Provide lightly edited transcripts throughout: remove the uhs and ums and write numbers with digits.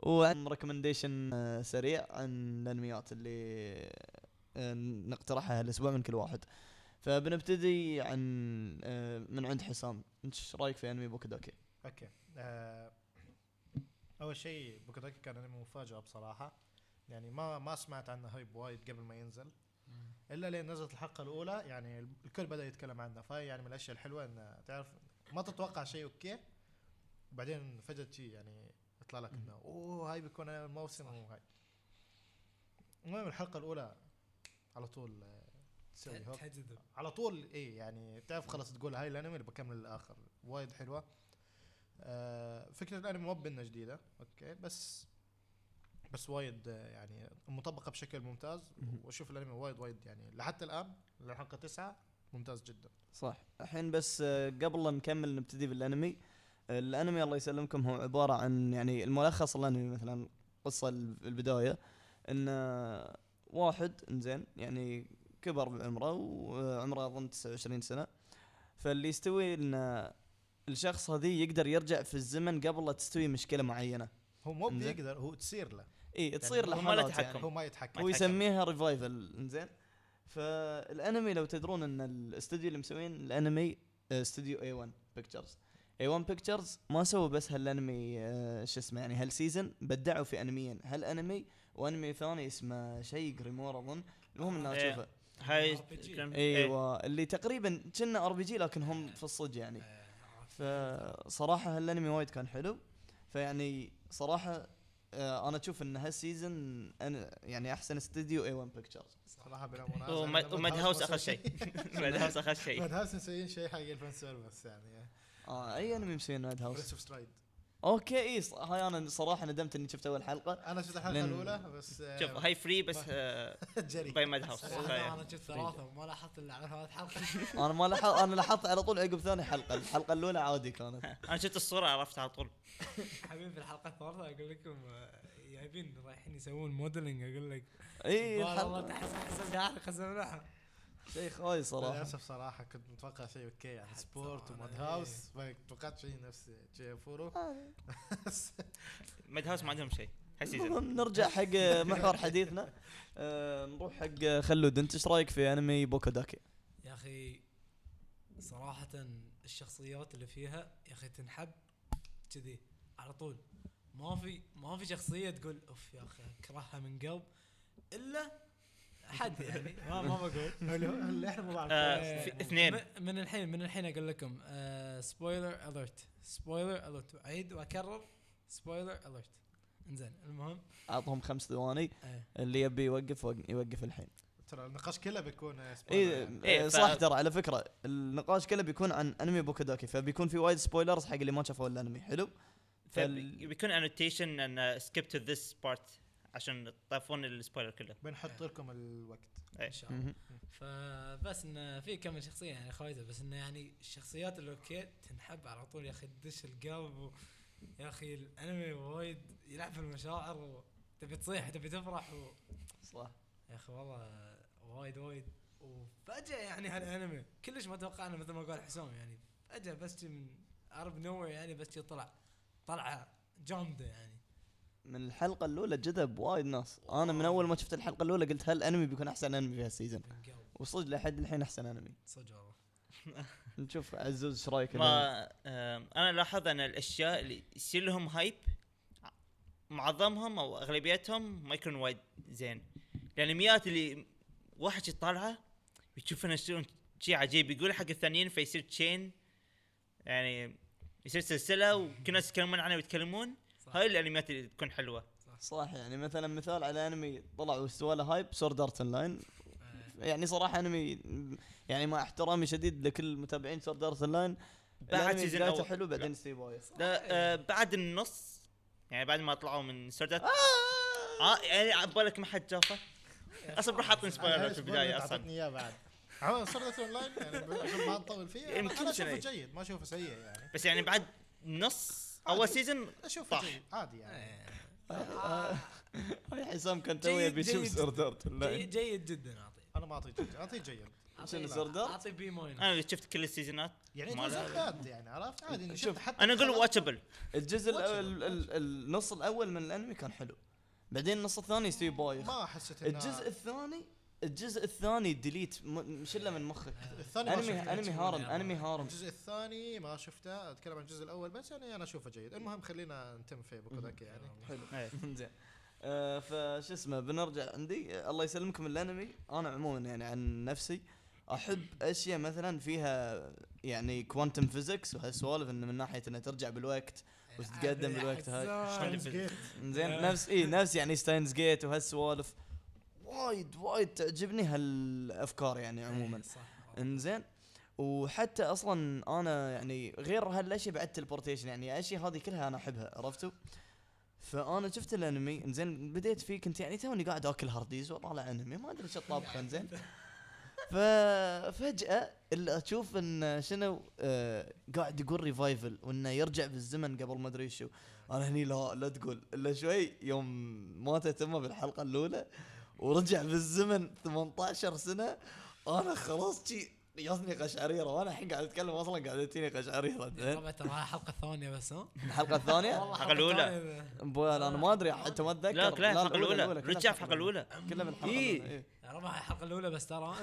وعن ريكومنديشن سريع عن الانميات اللي نقترحها الاسبوع من كل واحد. فبنبتدي عن من عند حسام. انت ايش رايك في انمي بوكوداكي؟ اوكي. اول شيء بوكوداكي كان انمي مفاجاه بصراحه، يعني ما سمعت عنه هايب وايد قبل ما ينزل، الا لين نزلت الحلقه الاولى يعني الكل بدا يتكلم عنه. فهي يعني من الاشياء الحلوه ان تعرف ما تتوقع شيء اوكي وبعدين فجاه شيء يعني يطلع لك انه اوه هاي بيكون الموسم وهاي. المهم الحلقه الاولى على طول تسوي هوك على طول ايه يعني تعرف خلاص تقول هاي الانمي اللي بكمل للاخر. وايد حلوه. فكره الانمي مو بإنها جديده اوكي، بس وايد يعني مطبقه بشكل ممتاز. واشوف الانمي وايد يعني لحتى الان للحلقه 9 ممتاز جدا. صح. الحين بس قبل لا نكمل نبتدي بالانمي. الانمي الله يسلمكم هو عباره عن يعني الملخص الانمي مثلا قصه البدايه ان واحد انزين يعني كبر بعمره وعمره اظن 29 سنه. فاللي يستوي ان الشخص هذي يقدر يرجع في الزمن قبل لا تستوي مشكله معينه. هو مو بيقدر، هو تصير له اي تصير له هو ما حالات يتحكم. يعني هو ما يتحكم. هو يسميها ريفايفل. انزين فالانمي لو تدرون ان الاستوديو اللي مسوين الانمي استوديو A1 Pictures. A1 Pictures ما سووا بس هالانمي شو اسمه يعني هالسيزن بدعوا في انميين، هالانمي وانمي ثاني اسمه شيء جريمور اظن. المهم انه اشوفه هاي ايوه اللي تقريبا كنا RPG لكن هم في الصج يعني. فصراحه هالانمي وايد كان حلو. فيعني صراحه انا اشوف ان هالسيزن انا يعني احسن استوديو A1 Pictures صراحه بلا منازع. وماد هاوس اخر شيء. ماد هاوس اخر شيء. ماد هاوس مسويين شيء حق الفان سيرفيس يعني. اي انمي مسوين ماد هاوس؟ بريس اوف سترايد. اوكي اي هاي انا صراحه ندمت اني شفت اول حلقه. انا شفت الحلقه الاولى بس شوف هاي فري بس جري باي ماد هاوس. انا شفت ثلاثه وما لاحظت الا على ثلاث حلقات. انا ما لاحظت، انا لاحظت على طول عقب ثاني حلقه. الحلقه الاولى عادي كانت. انا شفت الصوره عرفت على طول. حبيبي في الحلقه الثالثه اقول لكم جايبين رايحين يسوون موديلنج اقول لك اي والله تحس قاعد خزمناها شيء خايس صراحه. للاسف صراحه كنت متوقع شيء اوكي يعني سبورت وماد هاوس، ما توقعت شيء نفس جي فورو. ماد هاوس ما عندهم شيء هالسيزون. نرجع حق محور حديثنا. نروح حق خلود. انت ايش رايك في انمي بوكوداكي؟ يا اخي صراحه الشخصيات اللي فيها يا اخي تنحب كذي على طول. ما في شخصيه تقول اوف يا اخي اكرهها من قلب الا حد يعني ما بقول اللي احنا ما بعرف. اثنين من الحين اقول لكم سبويلر اليرت عيد واكرر سبويلر اليرت. انزين المهم اعطهم 5 ثواني. اللي يبي يوقف الحين. ترى النقاش كله بيكون ايه صح. ترى على فكره النقاش كله بيكون عن انمي بوكوداكي، فبيكون في وايد سبويلرز حق اللي ما شافوا الانمي. حلو. بيكون انوتيشن ان سكيب تو ذس بارت عشان تطفون السبويلر كله. بنحط لكم الوقت ان شاء الله. فبس انه في كم شخصيه يعني خايسه، بس انه يعني الشخصيات اللي اوكي تنحب على طول يا اخي تدش القلب. يا اخي الانمي وايد يلعب في المشاعر تبي تصيح تبي تفرح صح يا اخي والله وايد. وفجاه يعني هالانمي كلش ما توقعنا مثل ما قال حسام يعني فجاه بس من عرب نوع يعني بس طلعه جامده يعني. من الحلقه الاولى جذب وايد ناس. انا من اول ما شفت الحلقه الاولى قلت هالانمي بيكون احسن انمي في هالسيزون، وصدق لحد الحين احسن انمي صدق والله. نشوف عزوز ايش رايك؟ انا لاحظ ان الاشياء اللي يصير لهم هايب معظمهم او اغلبيتهم ما يكون وايد زين. الانميات اللي واحد يطالعها يشوف انه يصيرون شيء عجيب يقول حق الثانيين فيصير تشين يعني يصير سلسله وكل الناس يتكلمون عنها ويتكلمون. هاي الانميات اللي تكون حلوه صح. يعني مثلا مثال على انمي طلع واستوى له هايب سورد ارت اونلاين. يعني صراحه انمي يعني مع احترامي شديد لكل متابعين سورد ارت اونلاين بعد سيزون اول حلو بعدين استيبايه. لا بعد النص يعني بعد ما طلعوا من سورد ارت يعني بالك ما حد شافه اصلا راح حاطين سبويلر في البدايه اصلا. اعطتني اياه بعد عمل صرت اونلاين يعني عشان ما نطول فيه. انا اشوفه جيد ما اشوفه سيء يعني، بس يعني بعد نص اول سيزون اشوفه جيد عادي يعني. هاي حسام كان توي بيشوف سورد ارت اونلاين. جيد جدا. انا ما اعطيه جيد شنو سردار؟ اعطي بي ماينس. انا شفت كل السيزونات يعني ما لا- توزيعات يعني عرفت عادي شوف، شوف حتى انا اقول خلاص. واتشبل. الجزء Watchable. النص الاول من الانمي كان حلو، بعدين النص الثاني يستوي بايخ. ما حسيت الجزء الثاني ديليت مش الا من مخك. الثاني ما شفته. انمي هارم. الجزء الثاني ما شفته، اتكلم عن الجزء الاول بس يعني انا اشوفه جيد. المهم خلينا نتم في بوكوداك يعني. حلو. إيه. زين. فش اسمه، بنرجع عندي. الله يسلمكم الانمي. انا عموما يعني عن نفسي احب اشياء مثلا فيها يعني كوانتم فيزيكس وهالسوالف، انه من ناحيه انها ترجع بالوقت وتتقدم بالوقت هاي. زين نفس يعني ستاينز جيت وهالسوالف وايد تعجبني هالافكار يعني عموما. صح. انزين. وحتى اصلا انا يعني غير هالاشياء بعد تلبورتيشن، يعني الاشياء هذه كلها انا احبها، عرفتوا؟ فانا شفت الانمي انزين، بديت فيه كنت يعني توني قاعد اكل هارديز وطالع انمي ما ادري ايش الطابخ انزين. ففجأة اللي اشوف ان شنو قاعد يقول ريفايفل وانه يرجع بالزمن قبل ما ادري شو. انا هني لا تقول الا شوي يوم ماتت امه بالحلقة الاولى ورجع بالزمن 18 سنة. انا خلاص شي يصني قشعريرة، وانا الحين قاعد اتكلم اصلا قاعد تجيني قشعريرة. طبعا ترى هاي الحلقه الثانيه بس ها. الحلقة الثانية والله الحلقة الأولى. بويا انا ما ادري حتى ما اتذكر. لا كلها الحلقه الاولى، كلها رجع في الحلقه الاولى. كلها بالحلقة إيه. الأولى. إيه. يا رب هاي الحلقه الاولى بس ترى.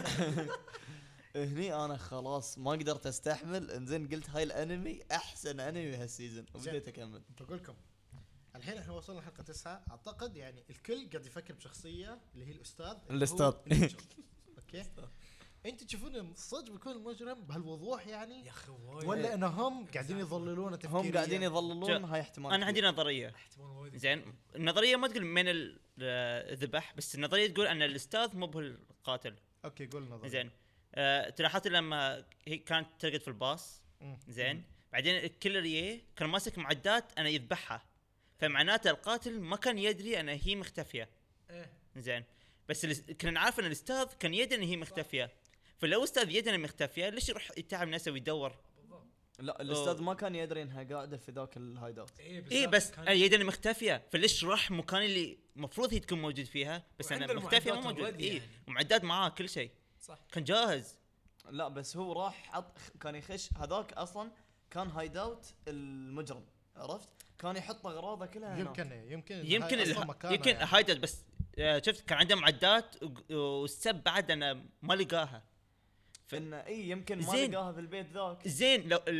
هني انا خلاص ما قدرت استحمل. انزين قلت هاي الانمي احسن انمي هالسيزون وبديت اكمل. بقول لكم الحين احنا وصلنا حلقه 9 اعتقد. يعني الكل قاعد يفكر بشخصيه اللي هي الاستاذ اللي الأستاذ. هو المجرم. اوكي انت تشوفون صدق بيكون المجرم بهالوضوح يعني، يا اخي وايد ولا انهم قاعدين يضللونه تفكيريا؟ هم قاعدين يظللون هاي احتمال. انا عندي نظريه احتمال وايد. زين. النظريه ما تقول من الذبح، بس النظريه تقول ان الاستاذ مو هو القاتل. اوكي قول نظري. زين. تلاحظت لما هي كانت ترقد في الباص زين، بعدين الكيلر كان ماسك معدات انا يذبحها، فمعناته القاتل ما كان يدري ان هي مختفيه. ايه زين. بس كنا نعرف ان الاستاذ كان يدري ان هي مختفيه، فلو استاذ يدري انها مختفيه ليش يروح يتعب نفسه ويدور؟ لا الاستاذ ما كان يدري انها قاعده في ذاك الهايد اوت. ايه بس يدري انها مختفيه، فليش راح مكان اللي المفروض هي تكون موجود فيها بس انا وعنده مختفيه ما المعدات موجود. already ايه يعني. ومعدات معاه كل شيء صح. كان جاهز. لا بس هو راح كان يخش هذاك اصلا كان هايد اوت المجرم، عرفت؟ كان يحط اغراضه كلها هناك. يمكن هايدت بس شفت كان عنده معدات والسب بعد انا ما لقاها. فإن اي يمكن ما زين. لقاها في البيت ذاك. زين لو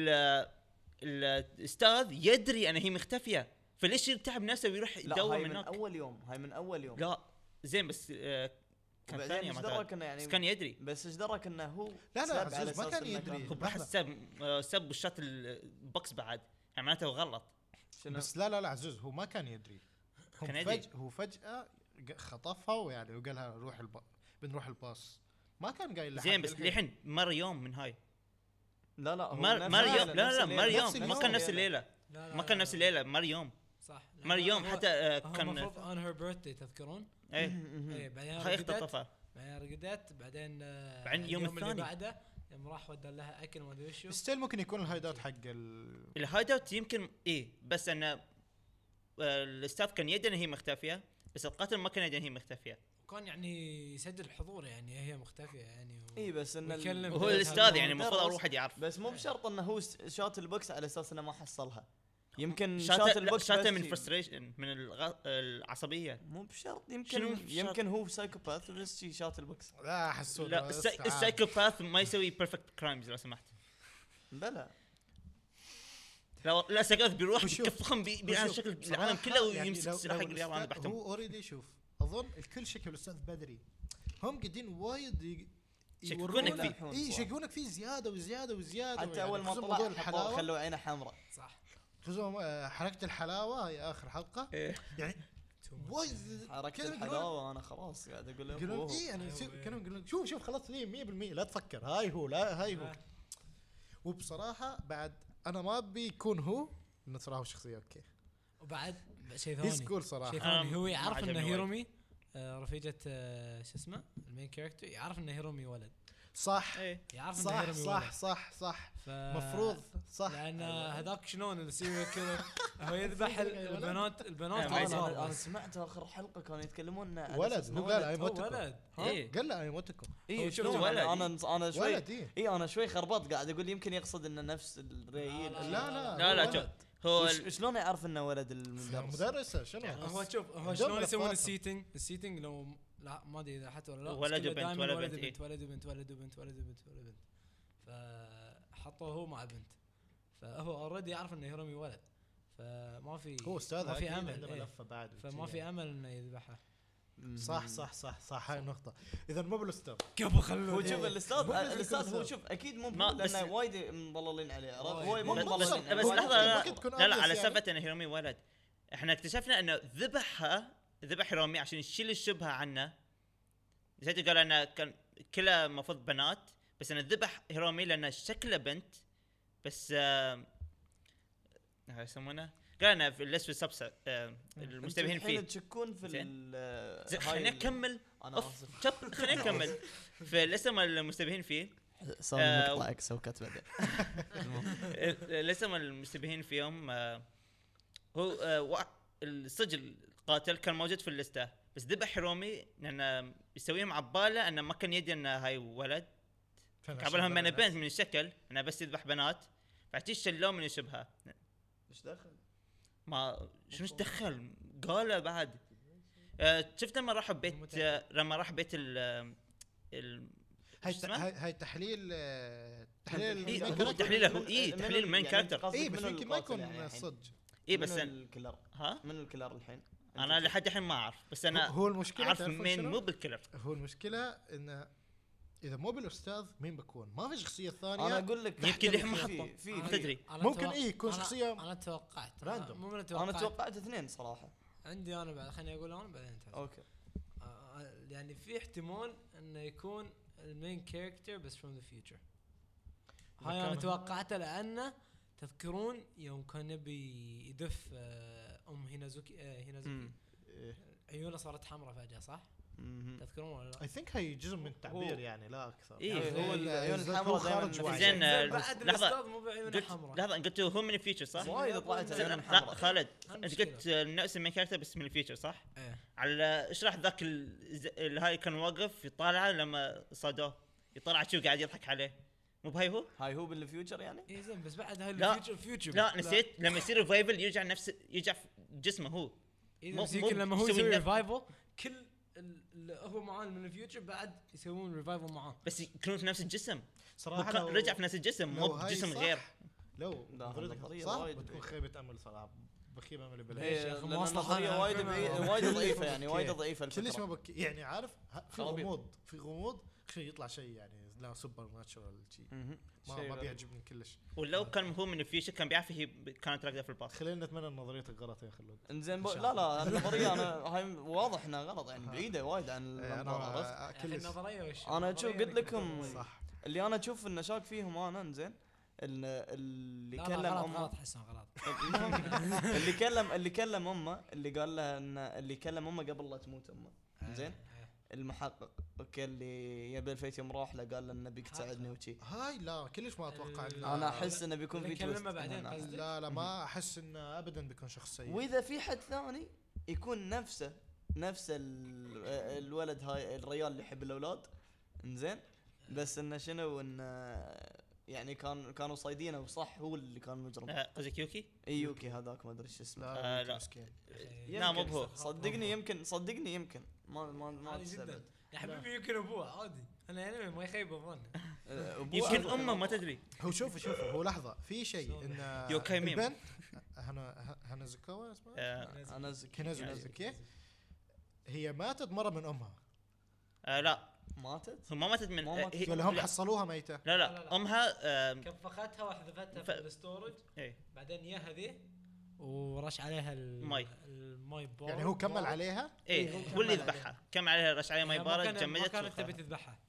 الاستاذ يدري ان هي مختفيه فليش يتعب نفسه ويروح لا يدور هاي من من هناك؟ اول يوم، هاي من اول يوم. لا زين بس كان وبعدين ثانيه ايش ما درك انه يعني بس كان يدري. بس ايش درك انه هو لا سب على عزيز ما أساس كان إنه يدري. هو راح سب وشات البوكس بعد يعني معناته غلط. شنو؟ بس لا عزوز هو ما كان يدري. كان يدري. هو فجأة خطفها ويعني وقالها روح بنروح الباص. ما كان قايل لحد زين بس للحين. الحين مر يوم من هاي لا هو مر يوم. لا مر يوم نفس ما اليوم. كان نفس الليله. ما كان نفس الليله مر يوم. صح. مر يوم حتى كان كان المفروض on her birthday تذكرون؟ ايه ايه بعدين هاي رقدت اختطفها. بعدين رقدت بعدين بعدين اليوم اللي الثاني. بعده يوم راح ودى لها اكل ما ادري شو. ستيل ممكن يكون الهايد اوت حق الهايد اوت يمكن ايه بس انه الاستاذ كان يدري ان هي مختفيه بس القاتل ما كان يدري ان هي مختفيه. وكان يعني يسجل الحضور يعني هي مختفيه يعني اي بس ان ويكلم وهو بيتها الاستاذ يعني المدرس. المفروض اروح يعرف. بس مو بشرط انه هو شات البوكس على اساس انه ما حصلها. يمكن شاته شات البوكس شاته بس من شي. فرستريشن من العصبيه. مو بشرط شنو يمكن هو سايكوباث بس شي شات البوكس. لا حسوا لا السايكوباث ما يسوي بيرفكت كرايمز لو سمحت. بلا لا السايكوباث بيروح وشوف- بيكفخهم بيعمل شكل العالم كله ويمسك سلاح يقول يلا انا بحتم. هو اوريدي شوف اظن الكل شكل الاستاذ بدري. هم قاعدين وايد يشككونك فيه. اي يشككونك فيه زياده وزياده. حتى يعني اول ما خصوصاً طلع موضوع الحلاوه خلوا عينه حمراء. صح. خصوصا حركه الحلاوه هي اخر حلقه إيه. يعني وايد حركة كانوا يقولون- الحلاوة انا خلاص قاعد اقول يقولون له اي يعني أيوة. كانوا يقولون شوف خلاص ليه 100% لا تفكر هاي هو لا هاي هو. وبصراحه بعد انا ما ابي يكون هو انه صراحه شخصيه اوكي وبعد شيء هي ثاني سكول صراحه. شيء ثاني هو ما يعرف عجبني انه وايد. هيرومي رفيجة شو اسمه المين كاركتر يعرف انه هيرومي ولد. صح ايه يعرف انه صح هيرمي صح ولد. صح صح ف... مفروض صح. لان هذاك شلون السيريال كيلر هو يذبح البنات ما يصير. انا سمعت اخر حلقه كانوا يتكلمون على ولد أساس إنه هو قال ولد. ايموتكم. ولد ايه قال له ايموتكم. اي هو شلون ولد. انا شوي ولد إيه. انا شوي خربط قاعد اقول يمكن يقصد انه نفس الريل. لا شوف هو شلون يعرف انه ولد المدرس؟ مدرسه شنو هو شوف هو دم شلون يسوون رفاقة. السيتنج لو لا ما ادري اذا حتى ولا لا ولد بس كله وبنت، دايماً ولد ولد بنت، إيه. وبنت ولد وبنت ولد وبنت ولد وبنت ولد وبنت فحطوه هو مع بنت فهو اوريدي يعرف انه يرمي ولد فما في هو استاذ ما في أكيد امل عنده إيه. ملفه بعد فما في امل انه يذبحها صح صح صح صح هاي النقطه. اذا مو بالاستاذ قبل خلوه هو شوف الاستاذ مو لازم الاستاذ يكون هو أستاذ. شوف اكيد مو ما- بس- لانه وايد مضللين عليه عرفت؟ وايد. هو مو بس- مضللين بس- عليه. بس وايد لحظه ممكن تكون لا obvious على يعني. سالفه انه هيرومي ولد احنا اكتشفنا انه ذبح هيرومي عشان يشيل الشبهه عنه. زيت قال انه كان كلها المفروض بنات بس انه ذبح هيرومي لانه شكله بنت بس يسمونه قال انه في الليست سبس المشتبهين الحين فيه. تشكون في زين. ال خلينا نكمل انا اوف اسف شوف خلينا نكمل في الاسم المشتبهين فيه سوي مقطعك سوكت بعدين. الاسم المشتبهين فيهم هو السجل القاتل كان موجود في الليسته بس ذبح هيرومي لانه يسويهم عباله انه ما كان يدري انه هاي ولد قبلهم من بنت من الشكل انه بس يذبح بنات فعشان شلوه من الشبهه. ايش دخل؟ ما شنو ايش دخل قاله بعد شفت لما راحوا بيت لما راح بيت هاي تحليل تحليل إيه، المين هو كاركتر. تحليله هو ايه تحليل المين كاركتر اي بس يمكن ما يكون صدق. ايه بس من الكلر ها من الكلر الحين انا لحد الحين ما اعرف بس انا هو المشكله اعرف تعرفون مين شنو؟ مو بالكلر. هو المشكله انه اذا مو بالاستاذ مين بكون؟ ما في شخصيه انا ثانيه. اقول لك يمكن تحت لحم في- حطه. في تدري ممكن إيه يكون شخصية انا توقعت راندوم. مو من انا توقعت اثنين صراحه. عندي انا بعد خليني اقول انا بعدين انت اوكي يعني في احتمال انه يكون المين كاركتر بس from the future. هاي انا كان- توقعته لانه تذكرون يوم كان يبي يدف هينازوكي مم. عيونه صارت حمراء فجاه صح؟ مهم. تذكرون ولا لا؟ اي ثينك هي جزء من التعبير هو- يعني لا اكثر. إيه، يعني هو العيون زين، الحمراء هو خارج دايماً شوي. زين بعد لحظة. الاستاذ مو بعيونه قلت حمراء لحظه انت قلت هو من الفيوتشر صح؟ وايد طلعت زين، عيون لا حمراء. خالد عندي انت مشكلة. قلت نفس المين كاركتر بس من الفيوتشر صح؟ ايه على اشرح ذاك اللي هاي كان واقف يطالعه لما صادوه يطلع شو قاعد يضحك عليه مو بهاي هو؟ هاي هو بالفيوتشر يعني؟ ايه زين بس بعد هاي لا. الفيوتشر لا نسيت لما يصير ريفايفل يرجع في جسمه هو اذا مو- بس مو يمكن لما هو يسوي يسوي النفس. ريفايفل كل اللي هو معاه من الفيوتشر بعد يسوون ريفايفل معاه. بس يكونون في نفس الجسم صراحه وكان لو- رجع في نفس الجسم لو مو هاي بجسم صح، غير. لو لا، نظرتك النظرية صح وايد بتكون بعيدة. خيبه امل صراحه. بخيبه امل بلا ليش يا إيه، أخي؟ لأن مواصلة النظريه خانة وايد الفيلم. وايد ضعيفه يعني وايد ضعيفه كلش ما الفكره. بك يعني عارف في خرابيط. غموض في غموض شيء يطلع شيء يعني لا سوبر ناتشورال شيء مهم. ما شيء ما غريب. بيعجبني كلش. ولو كان هو من الفيوتشر كان بيعرف هي كانت راكده في الباص. خلينا نتمنى ان نظريتك غلط يا خلود. انزين إن شاء لا لا النظريه انا هاي واضح انها غلط يعني بعيده وايد عن إيه، الانظار عرفت؟ انا يا أخي كلش النظريه وش؟ انا شو النظرية قلت إنك لكم تقول- صح. اللي انا اشوف انه شاك فيهم انا انزين اللي لا، كلم لا، غلط امه غلط حسن غلط. المهم، اللي كلم امه اللي قال لها ان اللي كلم امه قبل لا تموت امه زين إيه. المحقق اوكي اللي يبي الفيت يوم راح له قال له انه بيك تساعدني وشي هاي لا كلش ما اتوقع انا احس انه بيكون في نكلمه تويست بعدين هنا. قصدي. لا لا ما احس انه ابدا بيكون شخص سيء. واذا في حد ثاني يكون نفس الولد هاي الريال اللي يحب الاولاد انزين بس انه شنو انه يعني كانوا صيدينه وصح هو اللي كان مجرم. قصدك يوكي؟ ايوكي هذاك ما ادري ايش اسمه. لا لا. مسكين. لا، مو يمكن. بهو. صدقني يمكن ما عادي تستبعد. جدا يا حبيبي يمكن ابوه عادي انا انمي ما يخيب الظن. يمكن امه ما تدري. هو شوف هو لحظه في شيء ان يوكاي ميم. البنت هانازوكاوا اسمها انا كينازوكي هي ماتت مره من امها لا ماتت هو ما ماتت من ما ماتت. ولا هم حصلوها ميته. لا لا، لا. امها كفختها وحذفتها ف- في الستورج ايه بعدين ياها ذي ورش عليها مي. المي بارد يعني هو كمل عليها. ايه هو هو اللي كمل يذبحها كم عليها رش عليها ماي ما بارد كانت- ما جمدت كانت تبي وخلاص. تذبحها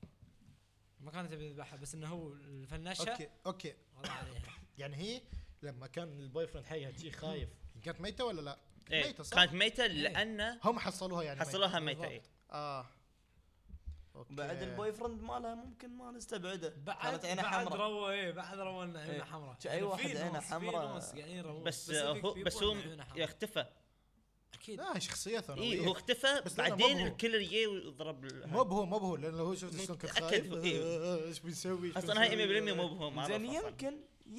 ما كانت تبي تذبحها بس انه هو الفنشة اوكي غضى عليها. يعني هي لما كان البوي فريند حيها شي خايف كانت ميته ولا لا؟ ايه ميته صح؟ كانت ميته لان هم حصلوها يعني حصلوها ميتة. ميته ايه اه أوكي. بعد البوي فرند مالها ممكن ما نستبعده، بعد كانت عينها بعد حمراء. روى ايه بعد روى إن عيونه إيه. حمراء. أي واحد عينه حمراء. قاعدين يروون بس specific هو people بس هو إن عيونه حمراء. اختفى. اكيد لا شخصيه ثانويه. اي هو اختفى بس لا، لا، بعدين مو هو. الكلر جاي وضرب مو بهو لانه هو شفت شلون كنت متأكد خايف. إيه. ايش بنسوي اصلا هاي 100% مو بهو ما زين أعرف أصلاً.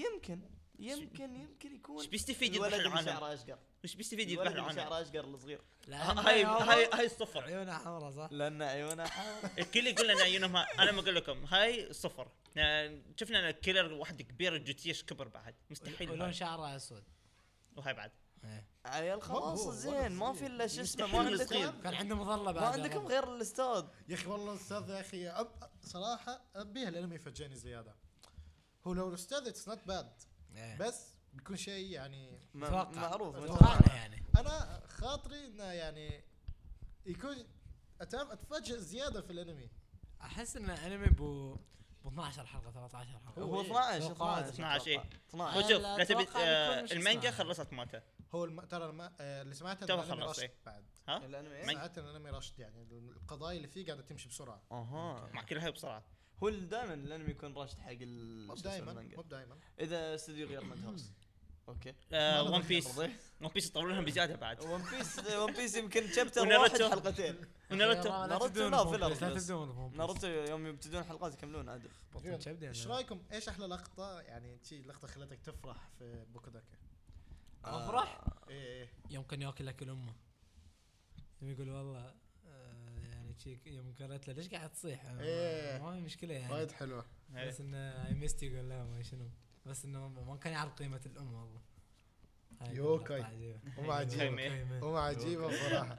يمكن يكون ايش بيستفيد الولد يذبح اللي العالم؟ شعره اشقر، ايش بيستفيد الولد يذبح اللي العالم؟ شعره اشقر الصغير، هاي الصفر. عيونه حمراء صح. لان عيونه حمراء. الكل يقول لنا عيونهم انا ما اقول لكم هاي صفر. شفنا الكيلر واحد كبير الجوتيش كبر بعد مستحيل ولون هاي. شعره اسود. وهاي بعد عيال خلاص هو زين ما في الا شو اسمه، مستحيل ما صغير. عندكم كان عنده مظله بعد. ما عندكم غير الاستاذ. يا اخي والله الاستاذ يا اخي صراحه ابيها الانمي يفاجئني زياده. هو لو الاستاذ اتس نوت باد بس بيكون شيء يعني متوقع. معروف متوقع يعني. انا خاطري انه يعني يكون اتفاجئ زياده في الانمي. احس ان الانمي ب 12 حلقه 13 حلقه. هو إيه. 12 12 إيه. 12 هو شوف لا لا تبي أتوقع بيكون مش المانجا اسمها. خلصت مالته. هو ترى اللي سمعته تو إن الانمي خلص، رشد إيه. بعد. ها الانمي إيه؟ سمعت ان الانمي رشد يعني القضايا اللي فيه قاعده تمشي بسرعه. اها مع كل هاي بسرعه. هو دائما الانمي يكون راشد حق مو شو اسمه دائما المانجا. مو دائما. اذا استوديو غير ماد هاوس اوكي. ون بيس ون بيس يطولوا لهم بزياده بعد. ون بيس يمكن شابتر وناروتو. واحد حلقتين. وناروتو ناروتو لا فيلر لا بس. تبدون ناروتو يوم يبتدون حلقات يكملون عادل. ايش رايكم ايش احلى لقطه يعني شي لقطه خلتك تفرح في بوكوداكا؟ افرح ايه يوم كان ياكل اكل امه. يقول والله يعني شيك يوم قالت له ليش قاعد تصيح؟ إيه. ما في مشكله يعني. وايد حلوه. بس انه اي ميست يقول لا ما شنو. بس انه ما كان يعرف قيمه الام والله. هاي يوكاي. لقطة عجيبة. أم عجيبة. كيمة. هو عجيبه صراحه.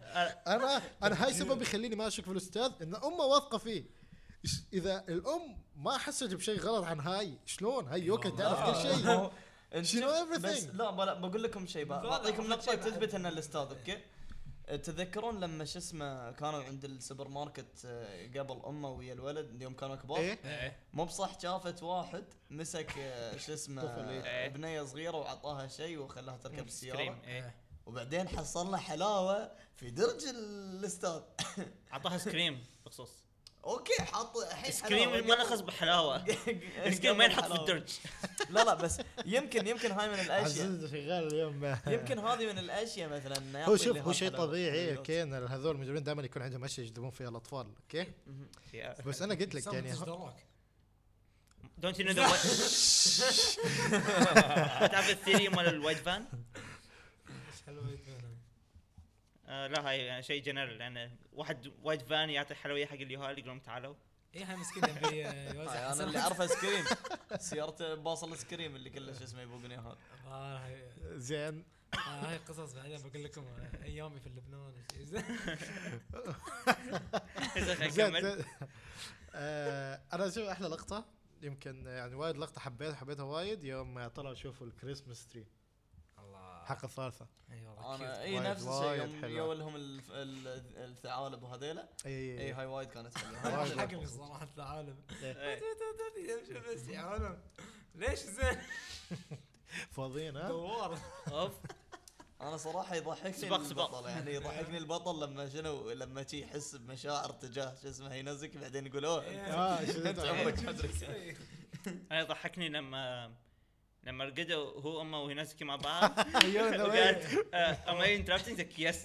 انا هاي سبب يخليني ما اشك في الاستاذ ان امه واثقه فيه. اذا الام ما حست بشيء غلط عن هاي شلون هاي يوكاي تعرف كل شيء. شنو everything. بس لا بقول لكم شيء بعطيكم نقطه تثبت ان الاستاذ اوكي. تذكرون لما شو اسمه كانوا عند السوبر ماركت قبل امه ويا الولد يوم كانوا كبار. ايه مو بصح شافت واحد مسك شو اسمه طفل، إيه. بنيه صغيره وعطاها شيء وخلاها تركب السياره سكريم إيه. وبعدين حصلنا حلاوه في درج الاستاذ. عطاها سكريم بخصوص اوكي حاط الحين سكريم ما نخص بحلاوه. سكريم ما ينحط في الدرج. لا بس يمكن هاي من الاشياء. عزيز شغال اليوم. يمكن هذه من الاشياء مثلا إنه هو يعطي شوف اللي هو شيء حلاوة. طبيعي اوكي ان هذول المجرمين دائما يكون عندهم اشياء يجذبون فيها الاطفال اوكي. بس انا قلت لك سم يعني تصدراك. دونت يو نو ذا تعرف الثيري مال الوايت فان؟ ايش حلوه يتبين. لا هاي يعني شيء جنرال لان واحد وايت فان يعطي حلويات حق اليهال يقولون تعالوا. ايه هاي مسكين يبي يوزع. انا اللي اعرفه سكريم سيارته باصل سكريم اللي كله شو اسمه يبوقني هذا. زين. هاي قصص بعدين بقول لكم ايامي في لبنان. كمل. انا اشوف احلى لقطه يمكن يعني وايد لقطه حبيتها وايد يوم طلعوا يشوفوا الكريسماس تري الله. حق الثالثه. اي والله انا اي وايد- نفس الشيء وايد يوم حلوة. يو لهم الثعالب وهذيلا. اي هاي وايد كانت حلوه. وايد. حقني صراحه العالم. إيه. يمشي بس يا عالم. ليش زين فاضيين ها. دوار. اوف انا صراحه يضحكني سباق. البطل يعني يضحكني البطل لما شنو لما شي يحس بمشاعر تجاه شو اسمه هينزك بعدين يقول اوه انت عمرك مدري. انا ضحكني لما رقدوا هو امه وهي ناسكي مع بعض. ايوه وقالت am I interrupting the yes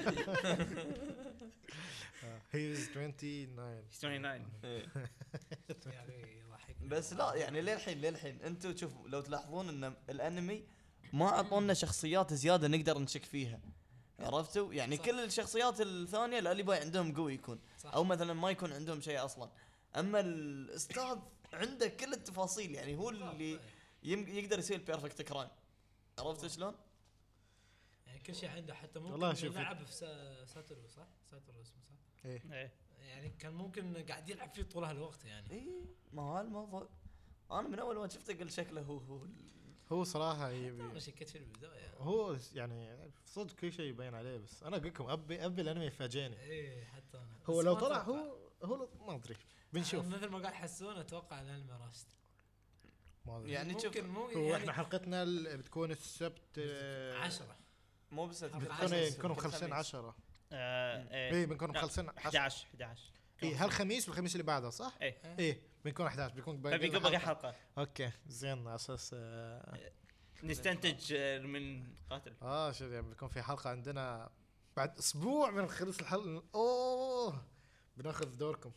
هي 29. he's 29. يعني يضحكني. بس لا يعني للحين انتم شوفوا لو تلاحظون ان الانمي ما اعطونا شخصيات زياده نقدر نشك فيها. عرفتوا يعني صح. كل الشخصيات الثانيه الالي باي عندهم قوي يكون صح. او مثلا ما يكون عندهم شيء اصلا. اما الاستاذ عنده كل التفاصيل يعني هو اللي يقدر يسوي البيرفكت كرايم. عرفت شلون؟ يعني كل شيء عنده حتى والله ممكن شوف. يلعب في ساتورو صح؟ ساتورو اسمه صح؟ إيه. يعني كان ممكن قاعد يلعب فيه طول هالوقت يعني. اي ما هو الموضوع. انا من اول ما شفته قلت شكله هو صراحه انا شكيت في البدايه. هو يعني صدق كل شيء يبين عليه بس انا اقول لكم ابي الانمي يفاجئني. ايه حتى انا. هو بس لو ما طلع أتوقع. هو ما ادري بنشوف. مثل ما قال حسون اتوقع الانمي راشد. ما ادري يعني شوف ممكن هو يعني احنا حلقتنا بتكون السبت 10 مو بس بتكون عشرة. نكون مخلصين 10. إيه. اي بنكون لا، مخلصين 11 ايه هالخميس والخميس اللي بعده صح؟ ايه ايه بنكون 11 بيكون باقي فبيكون لنا باقي حلقة. حلقه اوكي زين على اساس نستنتج من قاتل. شوف يعني بيكون في حلقة عندنا بعد اسبوع من خلص الحلقة. اوه بناخذ دوركم.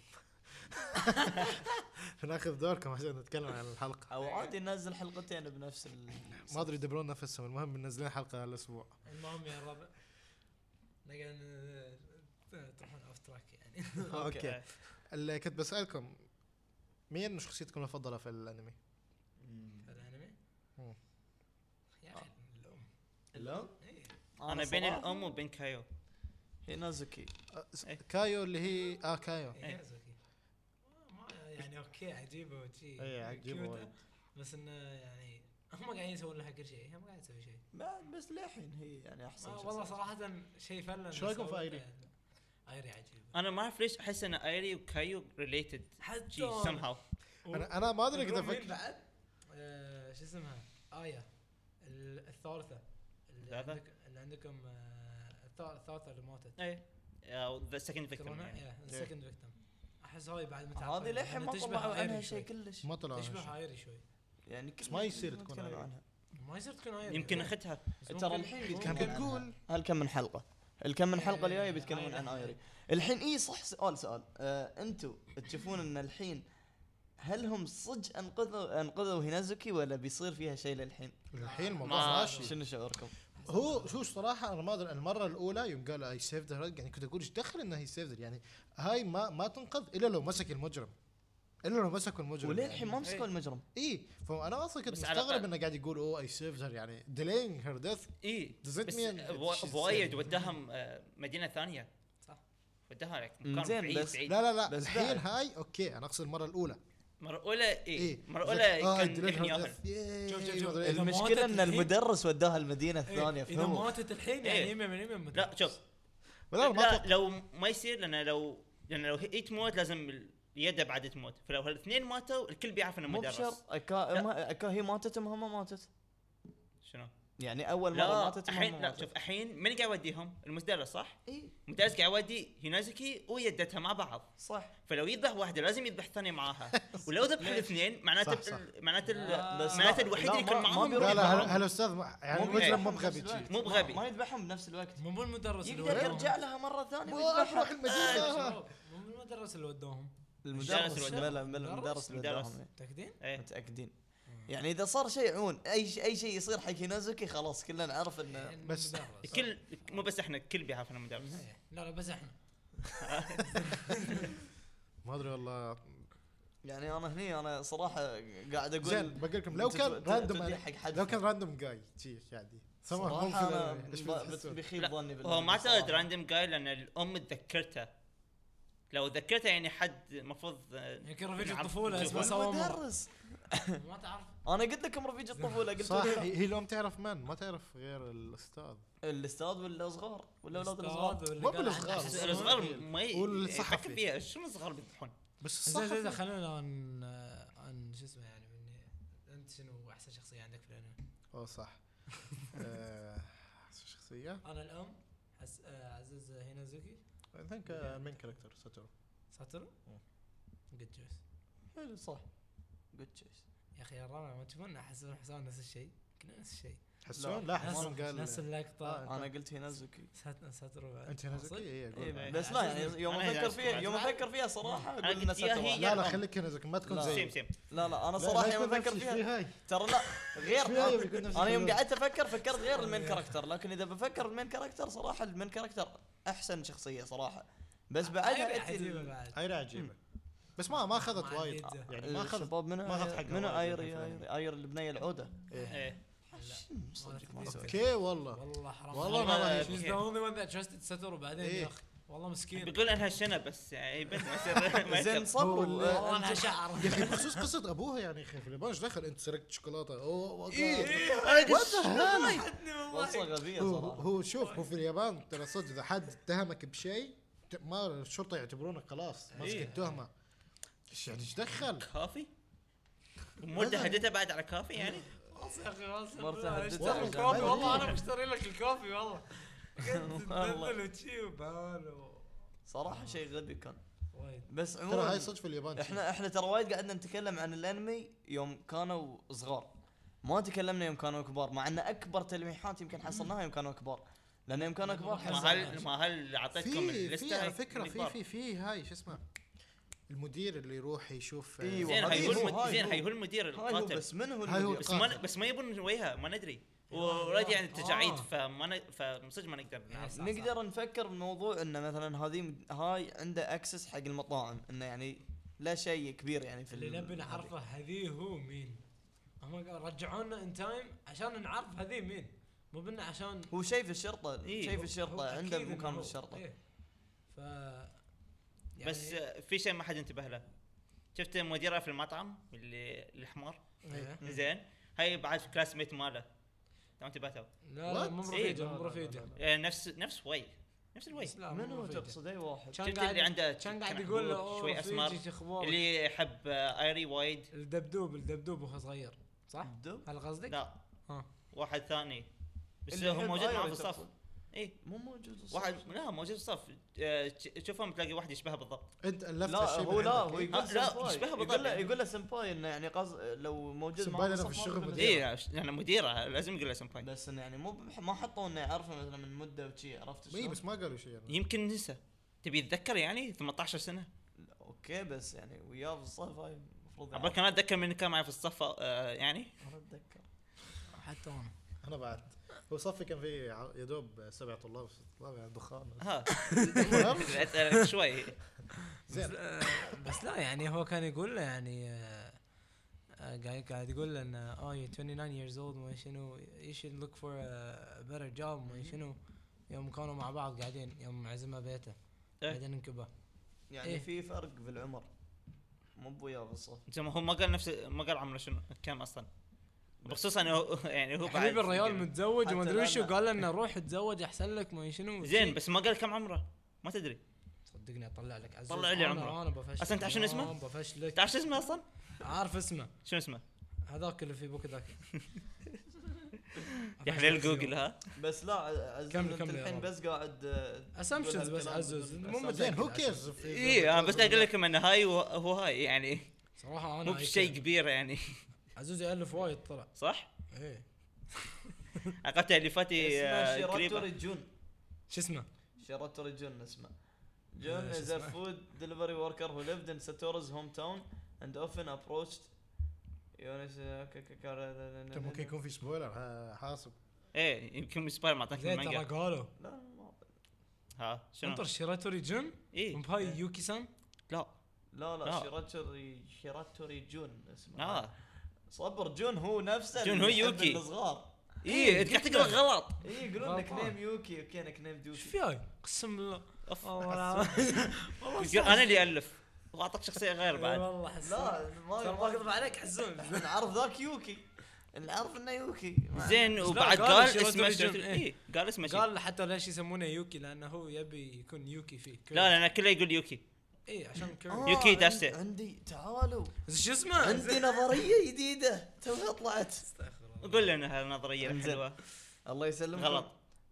بناخذ دوركم عشان نتكلم عن الحلقة. او عادي ننزل حلقتين بنفس ما ادري يدبرون نفسهم، المهم بننزلين حلقة هالاسبوع. المهم يا الربع نقدر تروحون اوف تراك يعني. اوكي اللي كنت بسألكم مين شخصيتكم المفضلة في الانمي؟ الانمي مم. يا اخي الام إيه. انا بين الام وبين كايو. هينازوكي. كايو اللي هي كايو. إيه، يازوكي. ما يعني اوكي عجيبه وشي ايه عجيبه كيوتة، وايد. بس انه يعني هم قاعدين يسوون لها كل شيء، هي ما قاعده تسوي شيء. بس للحين هي يعني احسن والله صراحه شيء فعلا. شو رايكم في ايري؟ ايري عجيب انا ما اعرف ليش احس ان ايري وكايو ريليتد حتى somehow. انا ما ادري كذا مين افكر. بعد شو اسمها آية الثالثة الثالثة؟ اللي عندكم الثالثة اللي ماتت ايه او ذا سكند فيكتيم تذكرونها؟ يعني. السكند فيكتم. احس هاي بعد متعقدة هذه للحين ما لأنها طلعوا آيري عنها شوي. شيء كلش. ما طلع تشبه ايري شوي، يعني بس ما يصير تكون نتكلم آيري. عنها. ما يصير تكون ايري. يمكن اختها. ترى الحين كان بيتكلمون بتقول عنها. هالكم من حلقه الكم من حلقه الجايه إيه، بيتكلمون عن آيري. ايري. الحين اي صح. سؤال انتم تشوفون ان الحين هل هم صدق انقذوا هينازوكي ولا بيصير فيها شيء للحين؟ الحين ما- الموضوع ماشي. شنو شعوركم؟ هو صراحه انا ما ادري المره الاولى يوم قال اي سيف ذا يعني كنت اقول ايش دخل انه هي سيف يعني هاي ما تنقذ الا لو مسك المجرم، الا لو مسكوا المجرم. وليه يعني. الحين ما مسكوا المجرم؟ اي فانا اصلا كنت بس على مستغرب الأقل- انه قاعد يقول اوه اي سيف يعني delaying her death. ايه Does it بس mean she's بوايد safe? وداهم مدينه ثانيه. صح. وداها لك مكان زين، بعيد بس بعيد. لا بس الحين بعد. هاي اوكي انا اقصد المره الاولى. مره اولى ايه مره بالضبط. اولى كان delayed her ابن ياهل. death. ياي، شوف، ما أدري. إذا المشكله ماتت ان الحين- المدرس وداها المدينه الثانيه اذا فهموا. ماتت الحين إيه. يعني 100% لا شوف ولا ما لا أتوقع. لو ما يصير لان لو هي تموت لازم اليد بعد تموت، فلو هالاثنين ماتوا الكل بيعرف انه مو مدرس. بشرط اكا هي ماتت امها ما ماتت. شنو؟ يعني اول مره لا ماتت امها الحين ما لا ماتت. شوف الحين من قاعد يوديهم؟ المدرس صح؟ اي المدرس قاعد يودي هينازوكي ويدتها مع بعض، صح. فلو يذبح واحده لازم يذبح الثانيه معاها، ولو ذبح الاثنين معناته صح. معناته بس معناته لا، الوحيد لا، اللي كان ما معاهم بيروح لا يذبحهم. هالاستاذ يعني مو المجرم مو بيذبحهم بغبي بنفس شي. الوقت. مو بغبي. ما يذبحهم بنفس الوقت. مو المدرس اللي يقدر ودوهم. يرجع لها مره ثانيه روح ويذبحها. المدينه. مو المدرس اللي ودوهم. المدرس اللي المدرس اللي المدرس. وداهم. متاكدين؟ ايه متاكدين. يعني اذا صار شيء عون اي شيء يصير حق هينازوكي خلاص كلنا نعرف انه بس- المدرس. الكل مو بس احنا الكل بيعرف انه مدرس. إيه. لا بس احنا ما ادري والله. يعني انا صراحه قاعد اقول زين بقول لكم لو كان راندوم حق حد لو كان راندوم جاي شي عادي صراحه انا ايش بتحسون؟ بخيب لا، ظني بالله هو ما صراحة. اعتقد راندم جاي لان الام تذكرته. لو ذكرته يعني حد المفروض يمكن رفيق نعرف الطفوله جزء. اسمه سوا مرة. المدرس ما تعرف. انا قلت لكم رفيج الطفوله قلت صح لكم هي الام تعرف من ما تعرف غير الاستاذ. الاستاذ ولا صغار ولا اولاد الأستاذ الصغار واللي مو قال بالصغار. عنه أحسن. الصغار ما والصحفي. يفكر فيها شنو الصغار بيذبحون. بس زين زين الصحفي خلينا عن شو اسمه يعني انت شنو احسن شخصيه عندك في الانمي؟ اوه صح. شخصيه انا الام عزيز هينازوكي I think main character ساتورو. ساتورو جود تشويس. حلو صح جود تشويس. يا اخي الرابع ما تشوفون حسون حسام نفس الشيء كنا نفس الشيء تحسون لا حسون قال نفس اللقطه انا قلت هينازوكي ساتورو بعد. انت هنزكي اي إيه اقول بس لا يعني يوم أنا افكر هينازوكي فيها بعد. يوم افكر فيها صراحه أنا اقول انها قلت يا ساتورو. هي- لا لا الأم. خليك هنزكي ما تكون لا. زي سيم سيم لا انا لا، صراحه لا يوم يكون افكر نفس فيها الشيء هاي. ترى لا غير شوية يكون نفس انا يوم الشيء. قعدت افكر فكرت غير المين كاركتر، لكن اذا بفكر المين كاركتر صراحه المين كاركتر احسن شخصيه صراحه. بس بعدها أيري أتي عجيبة بعد. ايري عجيبه بس ما اخذت ما وايد عندي يعني ما اخذت الشباب منو ما أخذت حقها منو وايد ايري يعني ايري البنيه العوده. ايه صدق ما أسوي. اوكي والله والله حرام والله عليك. ما رهيب. She's the only one that trusted ساتورو بعدين إيه. يا اخي والله مسكين بيقول انها شنب بس يعني بنت ما يصير ما زين يصير. صبروا والله انها أنت- شعر يا اخي بخصوص قصه ابوها يعني يا اخي في اليابان ايش دخل انت سرقت شوكولاته اوه حدني قصه والله غبيه هو صراحه. هو شوف هو في اليابان ترى صدق اذا حد اتهمك بشيء ما الشرطه يعتبرونك خلاص ماسك إيه. التهمه. ايش يعني ايش دخل؟ كافي مده هدته بعد على كافي يعني. خلاص يا اخي خلاص مرته هدت والله على الكوفي جنب. والله انا مشتري لك الكوفي والله والله. تنزل وشي وبال صراحه شيء غبي كان. وايد. بس ترى عموما هاي صدق في اليابان شي. احنا ترى وايد قعدنا نتكلم عن الانمي يوم كانوا صغار، ما تكلمنا يوم كانوا كبار، مع ان اكبر تلميحات يمكن حصلناها يوم كانوا كبار، لان يوم كانوا كبار ما هل اعطيتكم في الليسته على فكره في هاي شو اسمه المدير اللي يروح يشوف أيوة. زين هذه هي هو المدير هاي هو، القاتل، بس من هو هاي هو المدير؟ بس ما يبون وجهه ما ندري، ورادي عن التجاعيد فصدق ما نقدر نعرف. نقدر نفكر بالموضوع انه مثلا هاي عنده اكسس حق المطاعم، انه يعني لا شيء كبير يعني في اللي نبي نعرفه هذه هو مين. هم رجعونا ان تايم عشان نعرف هذه مين، مو بنا عشان هو شيء في الشرطه، إيه. شيء في الشرطه هو عنده أكيد مكان إنه في الشرطه. إيه. ف بس في شيء ما حد انتبه له، شفت مديره في المطعم اللي الحمار إيه. زين، هاي بعد في كلاس ميت ماله ما انتبهتوا؟ لا مو What؟ رفيجه لا، مو لا، لا، رفيجه. لا، نفس وي نفس الوي بس لا، من مو هو رفيجة. تقصد اي واحد؟ كان شفت قاعد اللي عنده كان قاعد كان يقول له حبوب، شوي شوي اسمر، رفيجي شخبار. اللي يحب ايري وايد. الدبدوب وهو صغير صح؟ الدب؟ هل قصدك؟ لا ها واحد ثاني بس اللي هو يحب موجود معاه آيري في الصف. تقصد؟ اي مو موجود الصف. واحد لا موجود في الصف، تشوفهم تلاقي واحد يشبهه بالضبط. انت الفت لا الشيء هو من لا عندك. هو إيه؟ يقول لا، سمباي، يشبهها بالضبط يقول له يعني. يقول له سمباي انه يعني لو موجود سمباي معاه لأنه بالصف في الشغل ما مدير. يقول له. اي انا مديره لازم يقول له سمباي. بس انه يعني ما حطوا انه يعرفه مثلا من مده وشي، عرفت اي شلون؟ بس ما قالوا شيء يعني. يمكن نسى، تبي يتذكر يعني 18 سنه. اوكي بس يعني وياه في الصف هاي المفروض عبالك انا اتذكر من كان معي في الصف يعني. انا اتذكر. حتى انا انا بعد هو صفي كان في يا دوب 7 طلاب يعني دخان. ها المهم اسالك شوي. زين بس لا يعني هو كان يقول له يعني قاعد يقول له انه you're 29 years old ما شنو you should look for a better job ما شنو. يوم كانوا مع بعض قاعدين يوم عزمه بيته إيه. بعدين انكبه. يعني إيه. في فرق في العمر، مو بوياه في الصف. زي ما هو ما قال عمره شنو كم اصلا، بخصوص انه يعني هو حبيب الريال متزوج حتى وما ادري وشو، لأن- قال له انه روح تزوج احسن لك ما شنو. زين بس ما قال كم عمره ما تدري. صدقني اطلع لك عزوز. طلع لي عمره. انا بفشل. أصلاً تعرف شنو اسمه؟ بفشلك. تعرف شو اسمه اصلا؟ عارف اسمه شنو اسمه؟ هذاك اللي في بوك ذاك. يحلل جوجل ها. بس لا عزوز كمل انت الحين يا رب. بس قاعد اسامبشنز تقول بس هالكلام عزوز بدون مو أساس. زين هو متأكد كيرز عزوز. اي انا بس اقول لكم ان هاي هو هاي يعني صراحه مو انا بشيء كبير يعني. عزوز يالف وايد طلع. صح؟ ايه عقبت تاليفاتي اسمه قريبه. شيراتوري جون. شو اسمه؟ شيراتوري جون اسمه. John شو is a اسمه؟ food delivery worker who lived in Satoru's hometown and often approached كان ممكن يكون في سبويلر حاسب. ايه يمكن سباير ما اعطاك زين ترى المانجا. قالوا لا ما ها شنو؟ انطر شيراتوري جون ايه وبهاي يوكي سان. لا لا شيراتوري جون اسمه. لا صبر جون هو نفسه جون هو اللي يحب يوكي. الصغار. ايه انت قاعد تقرا غلط. يقولون لك غلطان. نيم يوكي اوكي نك نيم ايش دوكي. فياي؟ قسم بالله أوف. والله يقول انا اللي الف واعطاك شخصيه غير بعد. والله حسون. لا ترى ما اكذب عليك حزون. نعرف ذاك يوكي، نعرف انه يوكي. زين وبعد قال قال شيراتوري اسمه جون. ايه قال اسمه شيء. قال حتى ليش يسمونه يوكي لانه هو يبي يكون يوكي فيه. لا انا كله يقول يوكي. اي عشان كيري. يوكي داسة. عندي تعالوا شو اسمه؟ عندي نظريه جديده توها طلعت. استغفر الله. قول لنا هالنظريه انزين. الحلوه. الله يسلمك. غلط.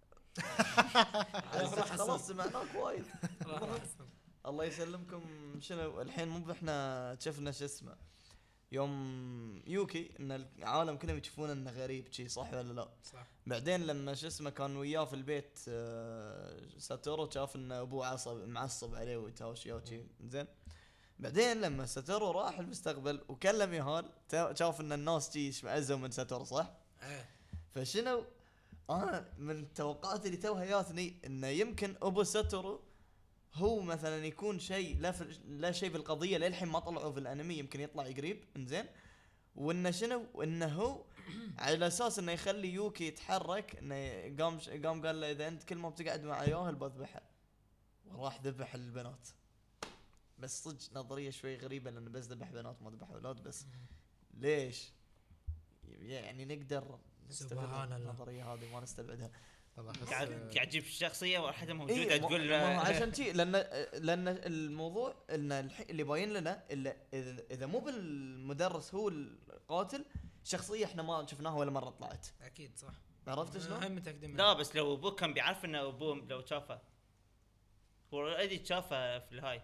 خلاص سمعناك وايد. راح أحسن. الله يسلمكم. شنو الحين مو احنا شفنا شو اسمه يوم يوكي ان العالم كلهم يشوفون انه غريب شي، صح ولا لا؟ صح. بعدين لما شو اسمه كان وياه في البيت ساتورو شاف ان ابوه معصب عليه ويتهاوش وياه شي. زين بعدين لما ساتورو راح المستقبل وكلم يهال شاف ان الناس شي يشمئزوا من ساتورو، صح؟ ايه فشنو انا من توقعاتي اللي توها جاتني انه يمكن ابو ساتورو هو مثلا يكون شيء لا شيء بالقضيه للحين ما طلعوا في الانمي، يمكن يطلع قريب. انزين وانه شنو وانه هو على اساس انه يخلي يوكي يتحرك، انه قام قال له اذا انت كل ما بتقعد مع ياهل بذبحه، وراح ذبح البنات. بس صدق نظريه شوي غريبه لانه بس ذبح بنات ما ذبح اولاد. بس ليش يعني نقدر نستبعد سبحان الله. النظريه هذه ما نستبعدها. والله أحس- قاعد تجيب الشخصيه واحده موجوده إيه تقول ما هو عشان شيء لان الموضوع ان اللي باين لنا الا اذا مو بالمدرس هو القاتل، شخصيه احنا ما شفناها ولا مره طلعت. اكيد صح. عرفت شلون؟ هم متاكدين لا بس لو ابوك كان بيعرف انه ابوه لو شافه هو اوريدي شافه في الهاي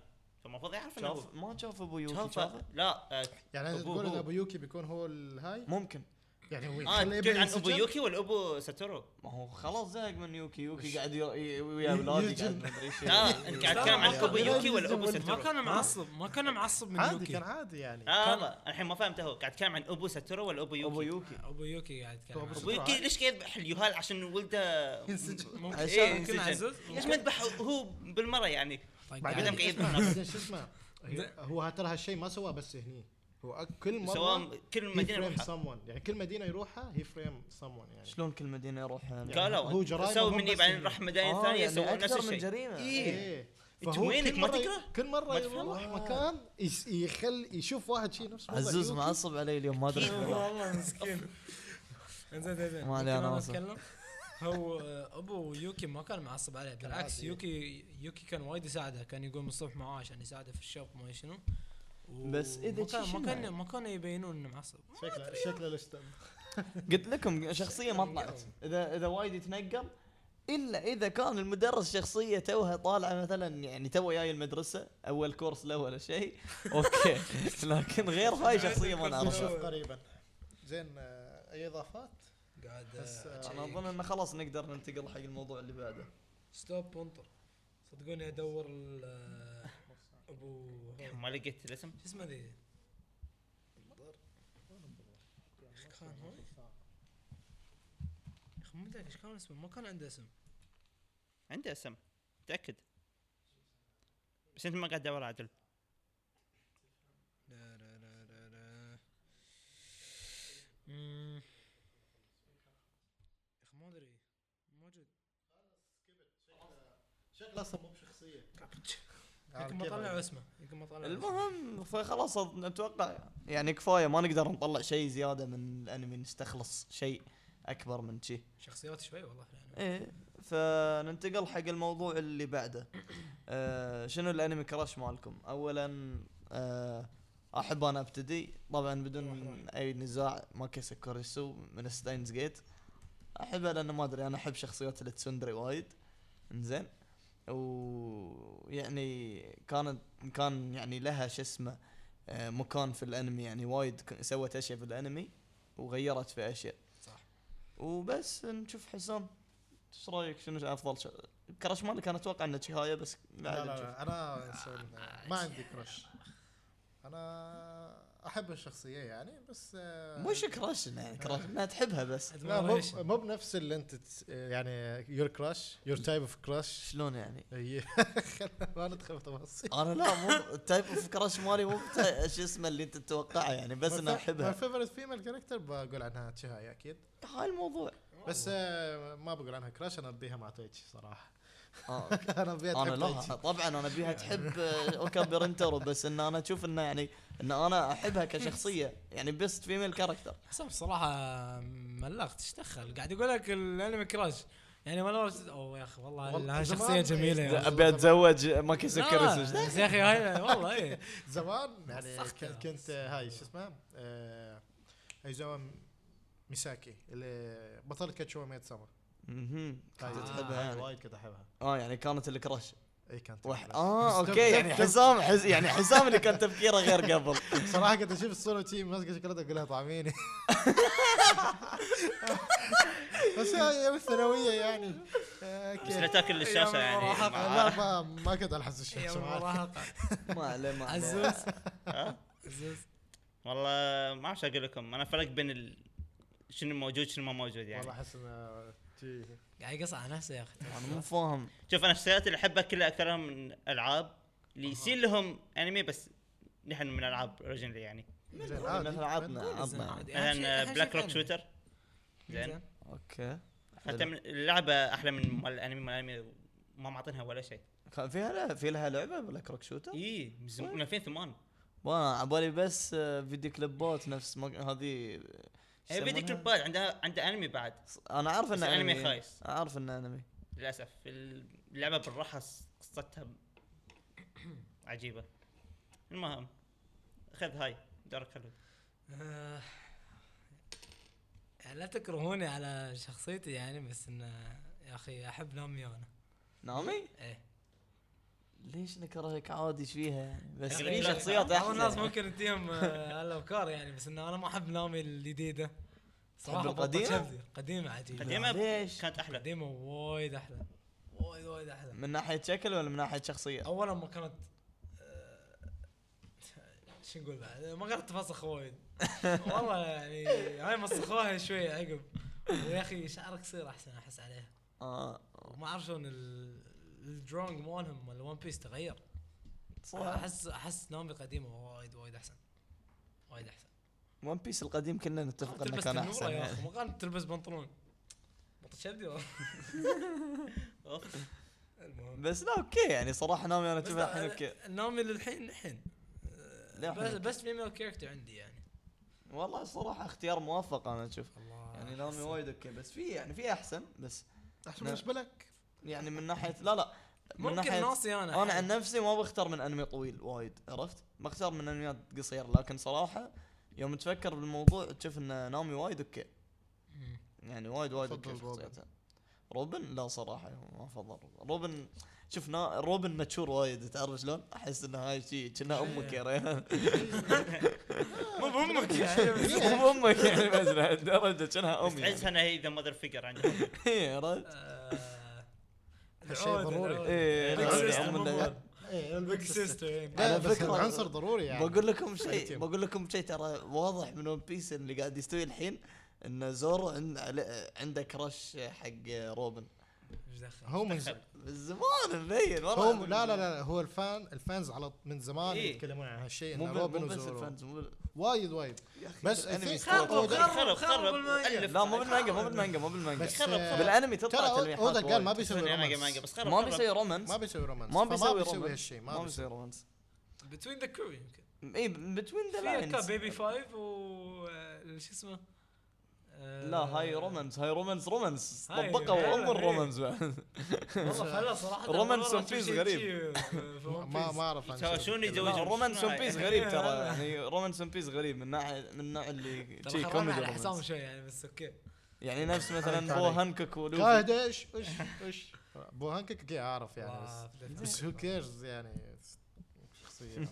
فالمفروض يعرف انه شاف ما شاف ابو يوكي شوف شافه لا يعني انت أبوه تقول ان هو. ابو يوكي بيكون هو الهاي ممكن. يعني هو تقول ابنه عن ابو ينسجن؟ يوكي ولا ابو ساتورو؟ ما هو خلاص زهق من يوكي وش- قاعد ويا اولادي يجن. قاعد ما ادري ايش. لا انت قاعد تتكلم عن ابو يوكي ولا ابو ما ساتورو؟ كان معصب من عادي يوكي. كان عادي يعني لا الحين ما فهمته، هو قاعد تتكلم عن ابو ساتورو ولا ابو ابو يوكي؟ يوكي ابو يوكي قاعد يتكلم أبو عنه. ابو يوكي ليش كذا يذبح اليوهال عشان ولده ينسجن. ممكن عشان إيه، ممكن ينسجن. عزوز ليش ما يذبح هو بالمره يعني؟ طيب بعدين قاعد- قاعد اسمع، يذبح نفسه. بعدين شو اسمه هو ترى هالشيء ما سواه بس هني هو كل مره سواء كل he مدينه framed يروحها someone يعني كل مدينه يروحها he framed someone يعني شلون كل مدينه يروح يعني؟ قالوا هو جرايمه سووا مو مني بس بعدين هني. راح مدائن آه ثانيه يعني سووا نفس اكثر من الشيء. جريمه. ايه أنت فهو وينك كل ما مرة- تقرأ؟ كل مره ما تفهم؟ يروح مكان يخلي يشوف واحد شيء نفس وضع عزوز يوكي. معصب علي اليوم ما ادري والله مسكين. انزين ما علي، أنا انا آسف. اتكلم. هو ابو يوكي ما كان معصب عليه، بالعكس عادي. يوكي كان وايد يساعده، كان يقوم الصبح معاه عشان يساعده في الشوب ما شنو. بس إذا ما كانوا يبينون انه معصب. شكله الاستاذ قلت لكم شخصيه ما طلعت. اذا وايد يتنقل الا اذا كان المدرس شخصيه توها طالعه مثلا يعني تو جاي المدرسه اول كورس له ولا شيء اوكي لكن غير هاي شخصيه ما نعرفها. نشوف قريبا زين اي اضافات قاعد بس، انا اظن انه خلاص نقدر ننتقل حق الموضوع اللي بعده. ستوب انطر. صدقوني ادور ابو ما لقيت الاسم. شو اسمه ذي؟ ايش كان هو؟ يا اخي مو متاكد ايش كان اسمه، ما كان عنده اسم. عنده اسم متاكد، بس انت ما قاعد تدور عدل. لا يا اخي ما ادري موجود. شكله اصلا مو بشخصيه يمكن ما طلعوا اسمه، يمكن ما طلعوا اسمه. المهم فخلاص اتوقع يعني كفايه ما نقدر نطلع شيء زياده من الانمي نستخلص شيء اكبر من شيء. شخصيات شوي والله في الانمي. ايه فننتقل حق الموضوع اللي بعده. شنو الانمي كراش مالكم؟ اولا احب انا ابتدي طبعا بدون اي نزاع ماكيسا كوريسو من ستاينز جيت. احبها لانه ما ادري انا احب شخصيات التسوندري وايد. انزين ويعني كان يعني لها شو اسمه مكان في الانمي يعني وايد سوت اشياء في الانمي وغيرت في اشياء صح. وبس نشوف حسام ايش رايك شنو افضل كراش مالي كان اتوقع انه شهايه بس لا انا ما عندي كراش انا احب الشخصيه يعني بس مش كراش يعني كراش ما تحبها بس لا مو بنفس اللي انت يعني يور كراش يور تايب اوف كراش شلون يعني؟ ما ندخل في تفاصيل انا لا مو التايب اوف كراش مالي مو شو اسمه اللي انت تتوقعه يعني بس انا احبها. فيفرت فيميل كاركتر بقول عنها شهايه اكيد هاي الموضوع بس ما بقول عنها كراش انا ابيها مع تويتش صراحه آه. انا ابيها انا تحب لا تويتش. طبعا انا ابيها تحب اوكابي رينترو بس ان انا اشوف انه يعني ان انا احبها كشخصيه يعني بيست فيميل كاركتر. حسام الصراحه ملقت ايش دخل قاعد يقول لك الانمي كراش يعني ما اوه يا اخي والله والله هاي زمان شخصيه جميله إيه، يعني. ابي اتزوج ماكيسا كوريسو. بس يا اخي هاي والله ايه زمان يعني مسخت. كنت هاي شو اسمه ايزوما ميساكي اللي بطل كاتشو ميت سما كنت هاي تحبها يعني. وايد كنت احبها يعني كانت الكراش اي كانت اوكي يعني حسام يعني حسام اللي كان تفكيره غير قبل. صراحه كنت اشوف الصوره تي ماسكه شوكولاته اقول لها طعميني بس هي الثانويه يعني بس لا تاكل الشاشه يعني لا ما كنت الحس الشاشه مراهقه ما عليه ما عليه. عزوز ها؟ عزوز والله ما اعرف اقول لكم، انا فرق بين شنو موجود شنو ما موجود يعني. والله احس انه تي قاعد يقص على نفسه يا اخي. انا مو فاهم. شوف انا الشخصيات اللي احبها كلها اكثرها من العاب اللي يصير لهم انمي بس نحن من العاب اوريجينال يعني. زين عادي. مثل عطنا مثلا بلاك روك شوتر زين اوكي. حتى من اللعبه احلى من الانمي ما معطينها ولا شيء. كان في لها لعبه بلاك روك شوتر؟ اي من 2008. وانا عبالي بس فيديو كليبات نفس هذه هي فيديو كليبات عنده انمي بعد. انا عارف بس انه انمي خايس. اعرف انه انمي للاسف اللعبه بالراحه قصتها عجيبه. المهم خذ هاي دورك خلود. يعني لا تكرهوني على شخصيتي يعني بس انه يا اخي احب نامي انا. نامي؟ ايه ليش نكرهك عادي ايش فيها يعني بس أغلبية في شخصيات بعض الناس احسن. ممكن تجيهم الافكار يعني، بس انه انا ما احب نامي الجديده صراحه. القديمة؟ قديمه عجيبه. قديمة ليش؟ كانت احلى. قديمه وايد احلى، وايد احلى. من ناحيه شكل ولا من ناحيه شخصيه؟ اولا ما كانت شو نقول بعد، ما كانت تفسخ وايد والله يعني. هاي مسخوها شوي عقب، ويا اخي شعرك يصير احسن احس عليها. وما اعرف شلون الدرونج مالهم مال ون بيس تغير. صح. احس نامي قديمه وايد احسن، وايد احسن. ون بيس القديم كنا نتفق انه تلبس كان تنورة احسن يا يعني. اخي، ما كانت تلبس بنطلون بطل شدي والله. المهم بس لا اوكي يعني صراحه نامي انا اشوفها الحين اوكي. نامي للحين لا، بس الحين بس فيميل كاركتر عندي يعني. والله الصراحه اختيار موفق انا اشوف. الله يعني نامي وايد اوكي بس في يعني في احسن بس احسن من بلك. يعني من ناحيه لا من ممكن ناحيه ناصي انا انا عن نفسي ما بختار من انمي طويل وايد عرفت، بختار من انميات قصيره. لكن صراحه يوم تفكر بالموضوع تشوف ان نامي وايد اوكي يعني وايد اوكي. أفضل روبن. شخصيتها روبن لا صراحه ما افضل روبن. شفنا روبن ماتشور وايد تعرف شلون احس ان هاي شيء كنا امك يا ريال. مو بامك يعني مو امك يعني بس لهالدرجه كانها بس امي تحس انها هي ذا ماذر فيجر عندهم. اي عرفت. هالشيء ضروري. ايه بيج ضروري. سيستر أم مو النجاح. ايه بيج سيستر. لا على بس فكرة- العنصر ضروري يعني. بقول لكم شيء يتم. بقول لكم شيء ترى واضح من ون بيس اللي قاعد يستوي الحين ان زورو عنده كراش حق روبن ايش دخل؟ هو من من زمان مبين هو والله. لا هو الفانز على من زمان إيه. يتكلمون عن هالشيء مو انه روبن مو بس وزورو الفانز وايد يا أخي بس الأنمي في ستوري. خرب بالمانجا. ألف. لا مو بالمانجا مو بالمانجا بس خرب. بالانمي تطلع ترى تلميحات اودا قال ما وايد. بيسوي مانجا رومانس. بس خرب ما خرب. بيسوي رومانس ما بيسوي رومانس ما فما بيسوي بيسوي رومانس هالشيء ما بيسوي بيسوي. رومانس بتوين ذا كرو يمكن اي بتوين ذا في كا لاينز. بيبي فايف و شو اسمه لا هاي رومانس رومانس هاي طبقوا هاي ام هاي. الرومانس والله فلا صراحه رومانس أنا ون بيس شيء غريب. في ون ما بيس. اعرف عن شو- شلون شيء. يتزوج؟ لا رومانس ون بيس غريب ترى لا. يعني رومانس ون بيس غريب من ناحيه من النوع اللي ترى شيء خربنا كوميدي على حسام رومانس. شوي يعني بس اوكي. يعني نفس مثلا حركت بو علي. هانكوك ولوفي. قاعد ايش ايش بو هانكك كي اعرف يعني الله، بس هو كيرز يعني شخصيه.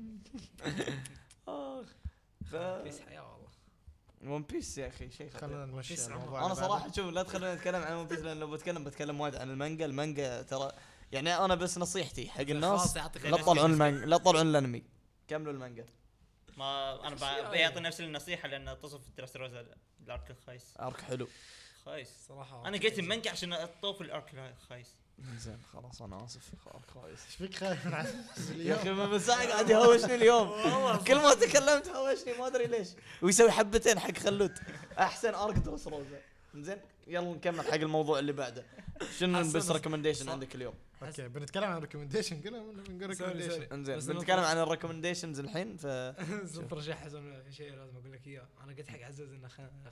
اخ بيس حياه والله. ون بيس يا اخي شيء خطير. خلينا نمشي بس الموضوع انا اللي بعده. صراحه شوف لا تخلينا نتكلم عن ون بيس لان لو بتكلم وايد عن المانجا ترى يعني انا بس نصيحتي حق الناس خلاص يعطيك لا تطلعون المانجا لا تطلعون الانمي كملوا المانجا. ما انا بيعطي نفس النصيحه لان تصف دراسروزا الارك الخايس ارك حلو. خايس. صراحه انا قلت المانجا عشان اطوف الارك الخايس. زين خلاص انا اسف ارك كويس. ايش فيك خايف من يا اخي اليوم؟ من ساعه قاعد يهوشني اليوم كل ما تكلمت هوشني ما ادري ليش ويسوي حبتين حق خلود. احسن ارك دروس روزا. زين يلا نكمل حق الموضوع اللي بعده. شنو حسن بس بس- ريكومنديشن صح. عندك اليوم؟ اوكي بنتكلم عن ريكومنديشن قلنا بنقول سوري، ريكومنديشن. سوري. انزين بس بنتكلم عن الريكومنديشنز الحين زفر شيء حسن في شيء لازم اقول لك اياه. انا قلت حق عزوز انه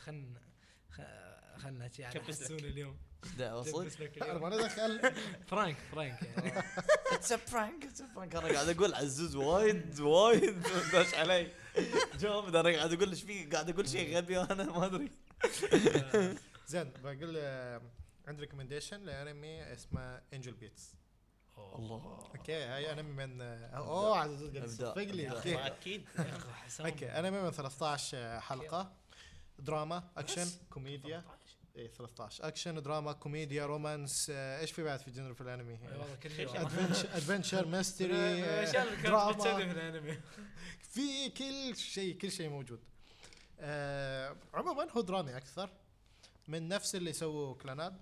خلنا شيء على كبس لك. حسون اليوم. دعوه صدق. جبس لك انا اليوم. ما دخل. فرانك يعني. اتس ا برانك انا قاعد اقول عزوز وايد داش علي جاوب انا قاعد اقول ايش في قاعد اقول شيء غبي انا ما ادري. زين بقول عندي ريكومنديشن لانمي اسمه انجل بيتس. الله اوكي هاي انمي من اوه عزوز قاعد إبداع. يصفق لي إبداع. اوكي. اكيد. يا أخي حسام. اوكي انمي من 13 حلقه دراما اكشن كوميديا. ايه 13 اكشن دراما كوميديا رومانس ايش في بعد في جنر في الانمي؟ أي والله كل شيء. ادفنشر ميستري الاشياء اللي كانت دراما بتشذب في الانمي. في كل شيء موجود. عموما هو درامي اكثر من نفس اللي سووا كلاناد.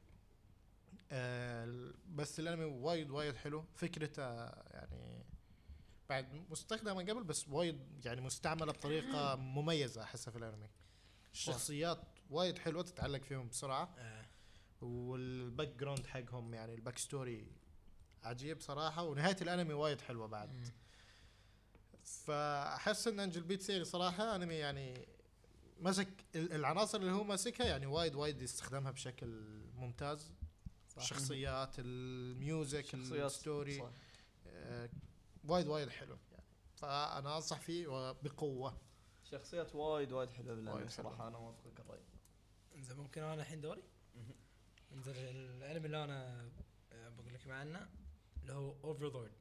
بس الانمي وايد حلو فكرته يعني بعد مستخدمه قبل بس وايد يعني مستعمله بطريقه مميزه احسها في الانمي. الشخصيات وايد حلوه تتعلق فيهم بسرعه والباك جراوند حقهم يعني الباك ستوري عجيب صراحه ونهايه الانمي وايد حلوه بعد. فاحس ان انجل بيت سيري صراحه انمي يعني مسك العناصر اللي هو ماسكها يعني وايد يستخدمها بشكل ممتاز. الشخصيات الميوزك الستوري صح. وايد حلو يعني فانا انصح فيه وبقوه. شخصيات وايد حلوه بالانمي وايد بصراحه انا موافقك الراي. انزين ممكن انا الحين دوري. انزين الانمي اللي انا بقول لك عنه اللي هو اوفرلورد.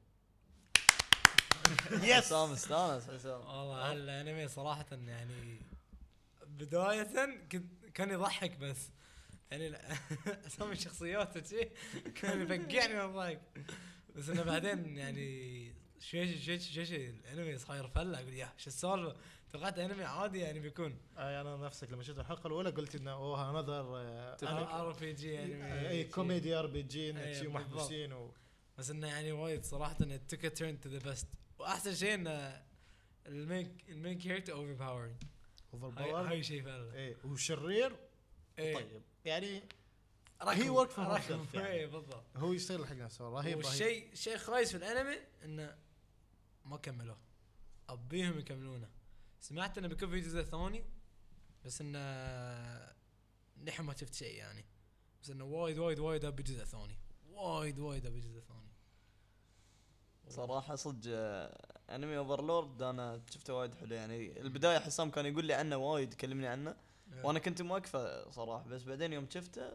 حسام استانس حسام. والله هالانمي صراحه يعني بدايه كان يضحك بس يعني اسامي الشخصيات وشي كان يفقعني من الضحك. بس انه بعدين يعني شيء الانمي صاير فله. اقول يا شو السالفه، توقعت انمي عادي يعني بيكون انا نفسك لما شفت الحلقه الاولى قلت انه اوه انذر ار بي جي يعني اي كوميدي ار بي جي أي ومحبوسين بس انه يعني وايد صراحه انه توك ا تيرن تو ذا بيست. واحسن شيء انه المين كاركتر اوفر باور. اوفر باور هاي شيء فعلا. ايه وشرير إيه. طيب يعني ركض. هي ورك فور ركض. يعني. ايه بالضبط. هو يشتغل حق نفسه رهيب. والشيء شيء خايس في الانمي انه ما كملوه، ابيهم يكملونه. سمعت انه بيكون في جزء ثاني بس انه لحين ما شفت شيء يعني. بس انه وايد ابي جزء ثاني، وايد ابي جزء ثاني صراحه صدق انمي اوفرلورد انا شفته وايد حلو يعني. البدايه حسام كان يقول لي عنه وايد، كلمني عنه وانا كنت موقفه صراحه، بس بعدين يوم شفته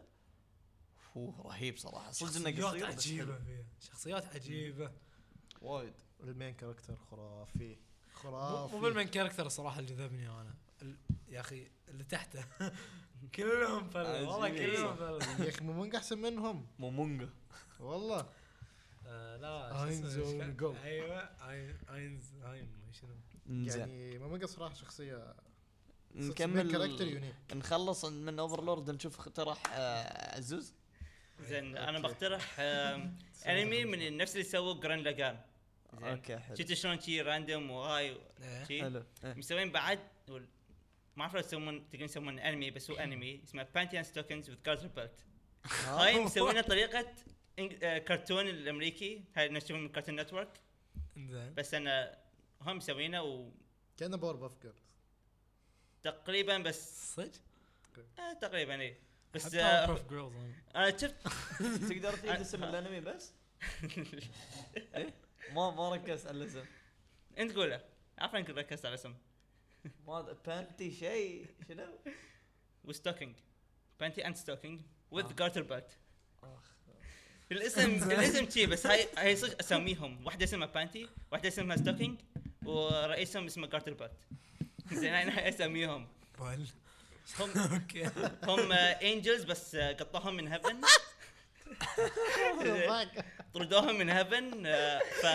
رهيب صراحه. صدق انه شخصيات قصير بس عجيبه حلو. فيها، شخصيات عجيبه وايد. المين كاركتر خرافي مو بالمين كاركتر الصراحه اللي جذبني انا يا اخي اللي تحته كلهم فل والله عجيب. كلهم فل. يا اخي مو احسن منهم مومونجا. والله. لا أينز وجو. ايوه اينز شنو انزين يعني مامونجا صراحه شخصيه نكمل كاركتر يونيك. نخلص من اوفرلورد نشوف اقتراح عزوز. زين انا أوكي. بقترح انمي من نفس اللي سووا جران لاجان. اوكي حلو شفت شلون شي راندوم وهاي شي حلو مسوين بعد ما اعرف لو تسمون تقدرون تسمون انمي، بس هو انمي اسمه بانتيان ستوكنز وذ كارتر بيلت. هاي مسوينها طريقه كرتون الامريكي، هاي نشوفه من كارتون نتورك، زين بس انا هم مسوينه كان باور باف جيرلز وتقريبا بس صدق تقريبا اي بس باوف جيرلز انا شفت تقدر تعيد اسم الانمي بس؟ إيه؟ ما ركزت على الاسم. انت قوله عارف انك ركزت على الاسم. ما بانتي شيء شنو؟ وستوكينج بانتي اند ستوكينج وذ آه. كارتر بيلت. اخ الاسم شي بس هاي صدق اساميهم، واحده اسمها بانتي واحده اسمها ستوكينج ورئيسهم اسمه كارتر بيلت. زين هاي اساميهم بل هم اوكي هم انجلز بس قطوهم من هيفن طردوهم من هيفن ف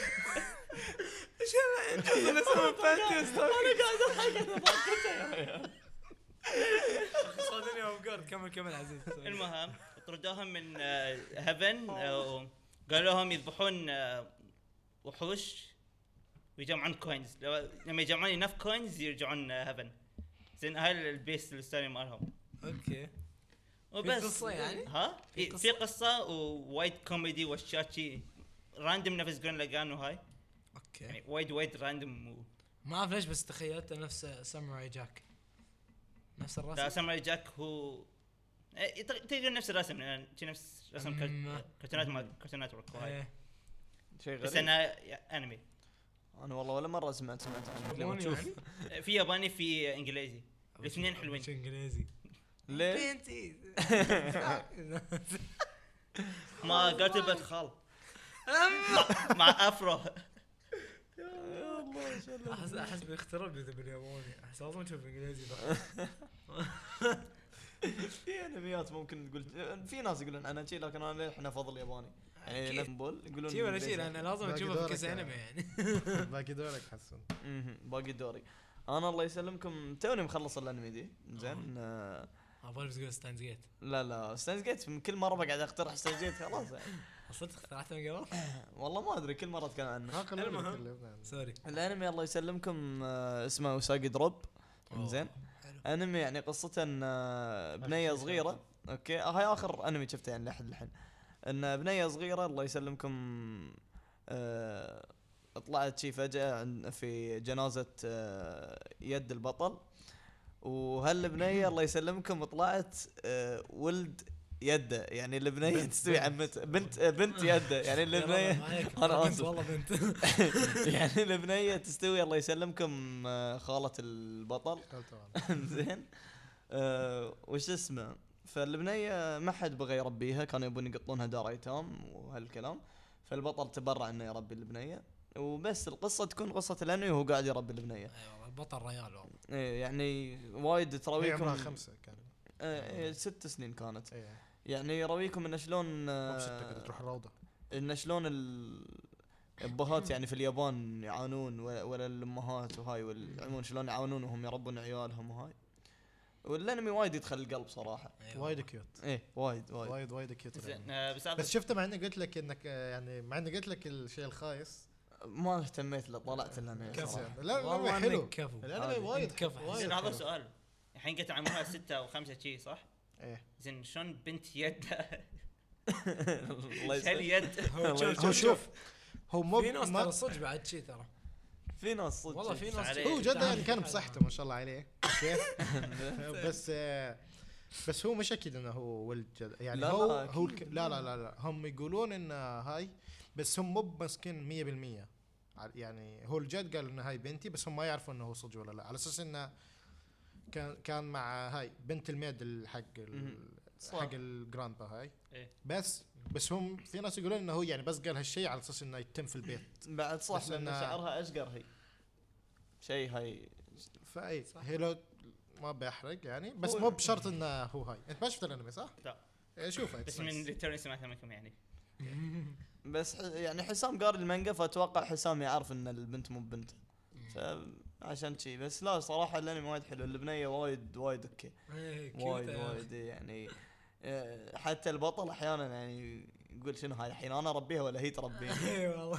انا اسمه بانتي ستوكينج. انا قاعد صادني افكار. كمل عزيز. المهم طردوهم من هيفن وقالوا لهم يذبحون وحوش ويجمعون كوينز، لما يجمعون انف كوينز يرجعون هيفن. زين هاي البيس الستوري مالهم. اوكي وبس في قصة يعني؟ ها في قصه ووايد كوميدي واشياء راندوم نفس جرين لاجان وهاي اوكي يعني وايد راندوم ما اعرف ليش بس تخيلته نفس ساموراي جاك، نفس لا الرسم. ساموراي جاك هو تقدر نفس الرسم لان نفس رسم كرتونات مال كرتون نتورك وهاي إيه. شيء بس غريب. انا انمي انا والله ولا مره سمعت عنه. لما ياباني تشوف يعني؟ في ياباني في انجليزي الاثنين حلوين. مش انجليزي. ليه؟ بنتي ما قلت البيت خال مع افرو. احس بيخترب بالياباني. احس لازم اشوف انجليزي. في انميات ممكن تقول في ناس يقولون انا شيء، لكن انا للحين افضل ياباني يعني. أكيد. نمبول يقولون شي ولا شي إنجليزي. لان لازم باقي تشوفه في دورك كيس يعني. انمي يعني. باقي دورك حسن. باقي دوري. انا الله يسلمكم توني مخلص الانمي دي. زين ابغى تقول ستاينز جيت. لا ستاينز جيت من كل مره بقعد اقترح ستاينز جيت خلاص يعني. اصلا اخترعته من قبل. والله ما ادري كل مره اتكلم عنه. المهم. سوري. الانمي الله يسلمكم اسمه وساقي دروب. زين انمي يعني قصته ان بنيه صغيره. اوكي هاي اخر انمي شفته يعني لحد الحين. ان بنيه صغيره الله يسلمكم طلعت شي فجاه في جنازه يد البطل. وهالبنيه الله يسلمكم طلعت ولد يده، يعني البنيه تستوي عمته بنت يده يعني البنيه. انا اسف والله بنت. يعني البنيه تستوي الله يسلمكم خاله البطل. زين وش اسمه. فالبنيه ما حد بغى يربيها، كانوا يبون يقطونها دار ايتام وهالكلام. فالبطل تبرع انه يربي البنيه، وبس القصه تكون قصه الانمي وهو قاعد يربي البنيه. ايوه البطل ريال والله. ايه يعني وايد هي تراويكم. عمرها 5 كان. إيه 6 سنين كانت. ايه يعني يراويكم انه شلون مو بستة كده تروح الروضه. انه شلون الابهات يعني في اليابان يعانون ولا الامهات وهاي والعمون شلون يعانون وهم يربون عيالهم وهاي. والانمي وايد يدخل القلب صراحه. أيوة. وايد كيوت. ايه وايد وايد كيوت زين الأنمي. بس بس شفت مع اني قلت لك انك يعني مع اني قلت لك الشيء الخايس. ما اهتميت له، طلعت الانمي كفو. صراحه. لا والله الانمي حلو. إنك كفو. الانمي عادي. وايد كفو. وايد زين هذا حلو. سؤال. الحين قلت عمرها 6 أو 5 شي صح؟ ايه زين شلون بنت يد الله شال يسعدك. يد هو شوف هو مو في ناس ما- ترى صدق بعد شي ترى. في ناس صدق والله في ناس عليه. هو جد يعني كان بصحته ما شاء الله عليه. اوكي بس هو مش اكيد انه هو ولد جد يعني. لا هو لا هو أكيد. لا هم يقولون ان هاي، بس هم مو مسكين 100%. يعني هو الجد قال ان هاي بنتي، بس هم ما يعرفوا انه هو صدق ولا لا، على اساس انه كان مع هاي بنت الميد صح. حق الجراند با هاي. إيه. بس هم في ناس يقولون انه هو يعني بس قال هالشيء على اساس انه يتم في البيت. بعد صح بس لان إنه- شعرها اشقر هي شيء هاي. فاي هي لو ما بيحرق يعني، بس هو- مو بشرط انه هو هاي. انت ما شفت الانمي صح؟ لا. إيه شوفه بس من اللي توني سمعتها منكم يعني. بس يعني حسام قاري المانجا فاتوقع حسام يعرف ان البنت مو بنت، فعشان شي. بس لا صراحه الانمي وايد حلو، البنيه وايد اوكي. إيه، كيوت وايد يا أخي. وايد يعني. حتى البطل احيانا يعني يقول شنو هاي الحين انا اربيها ولا هي تربيني. اي والله.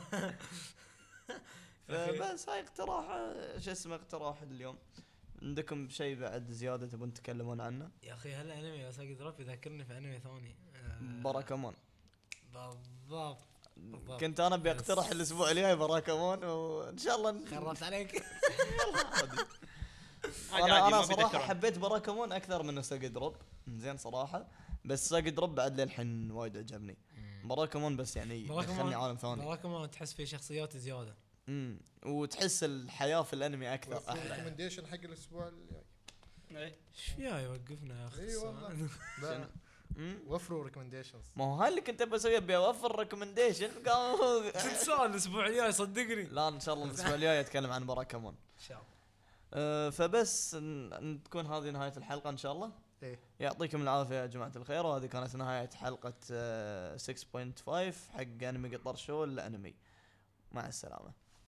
فبس هاي اقتراح، شو اسمه اقتراح اليوم. عندكم شيء بعد زياده تبون تتكلمون عنه؟ يا اخي هالانمي بس اقدر يذكرني في انمي ثاني. باراكامون. بالضبط. كنت انا بقترح الاسبوع الجاي باراكامون وان شاء الله خربت عليك. عادي. عادي، انا ما صراحه بيذكرون. حبيت باراكامون اكثر من ساقي دروب. زين صراحه، بس ساقي دروب بعد للحين وايد عجبني. باراكامون بس يعني دخلني عالم ثاني. باراكامون تحس فيه شخصيات زياده. وتحس الحياه في الانمي اكثر احلى. ريكومنديشن حق الاسبوع الجاي. إيه. ايش فيها يوقفنا يا اخي؟ اي والله. لا وفروا ريكومنديشنز. ما هو هاللي كنت بسويه، بوفر ريكومنديشن قالوا تنسى الاسبوع الجاي صدقني. لا ان شاء الله الاسبوع الجاي اتكلم عن باراكامون. ان شاء الله. فبس تكون هذه نهايه الحلقه ان شاء الله. ايه يعطيكم العافيه يا جماعه الخير، وهذه كانت نهايه حلقه 6.5 حق انمي قطر شو الانمي. مع السلامه.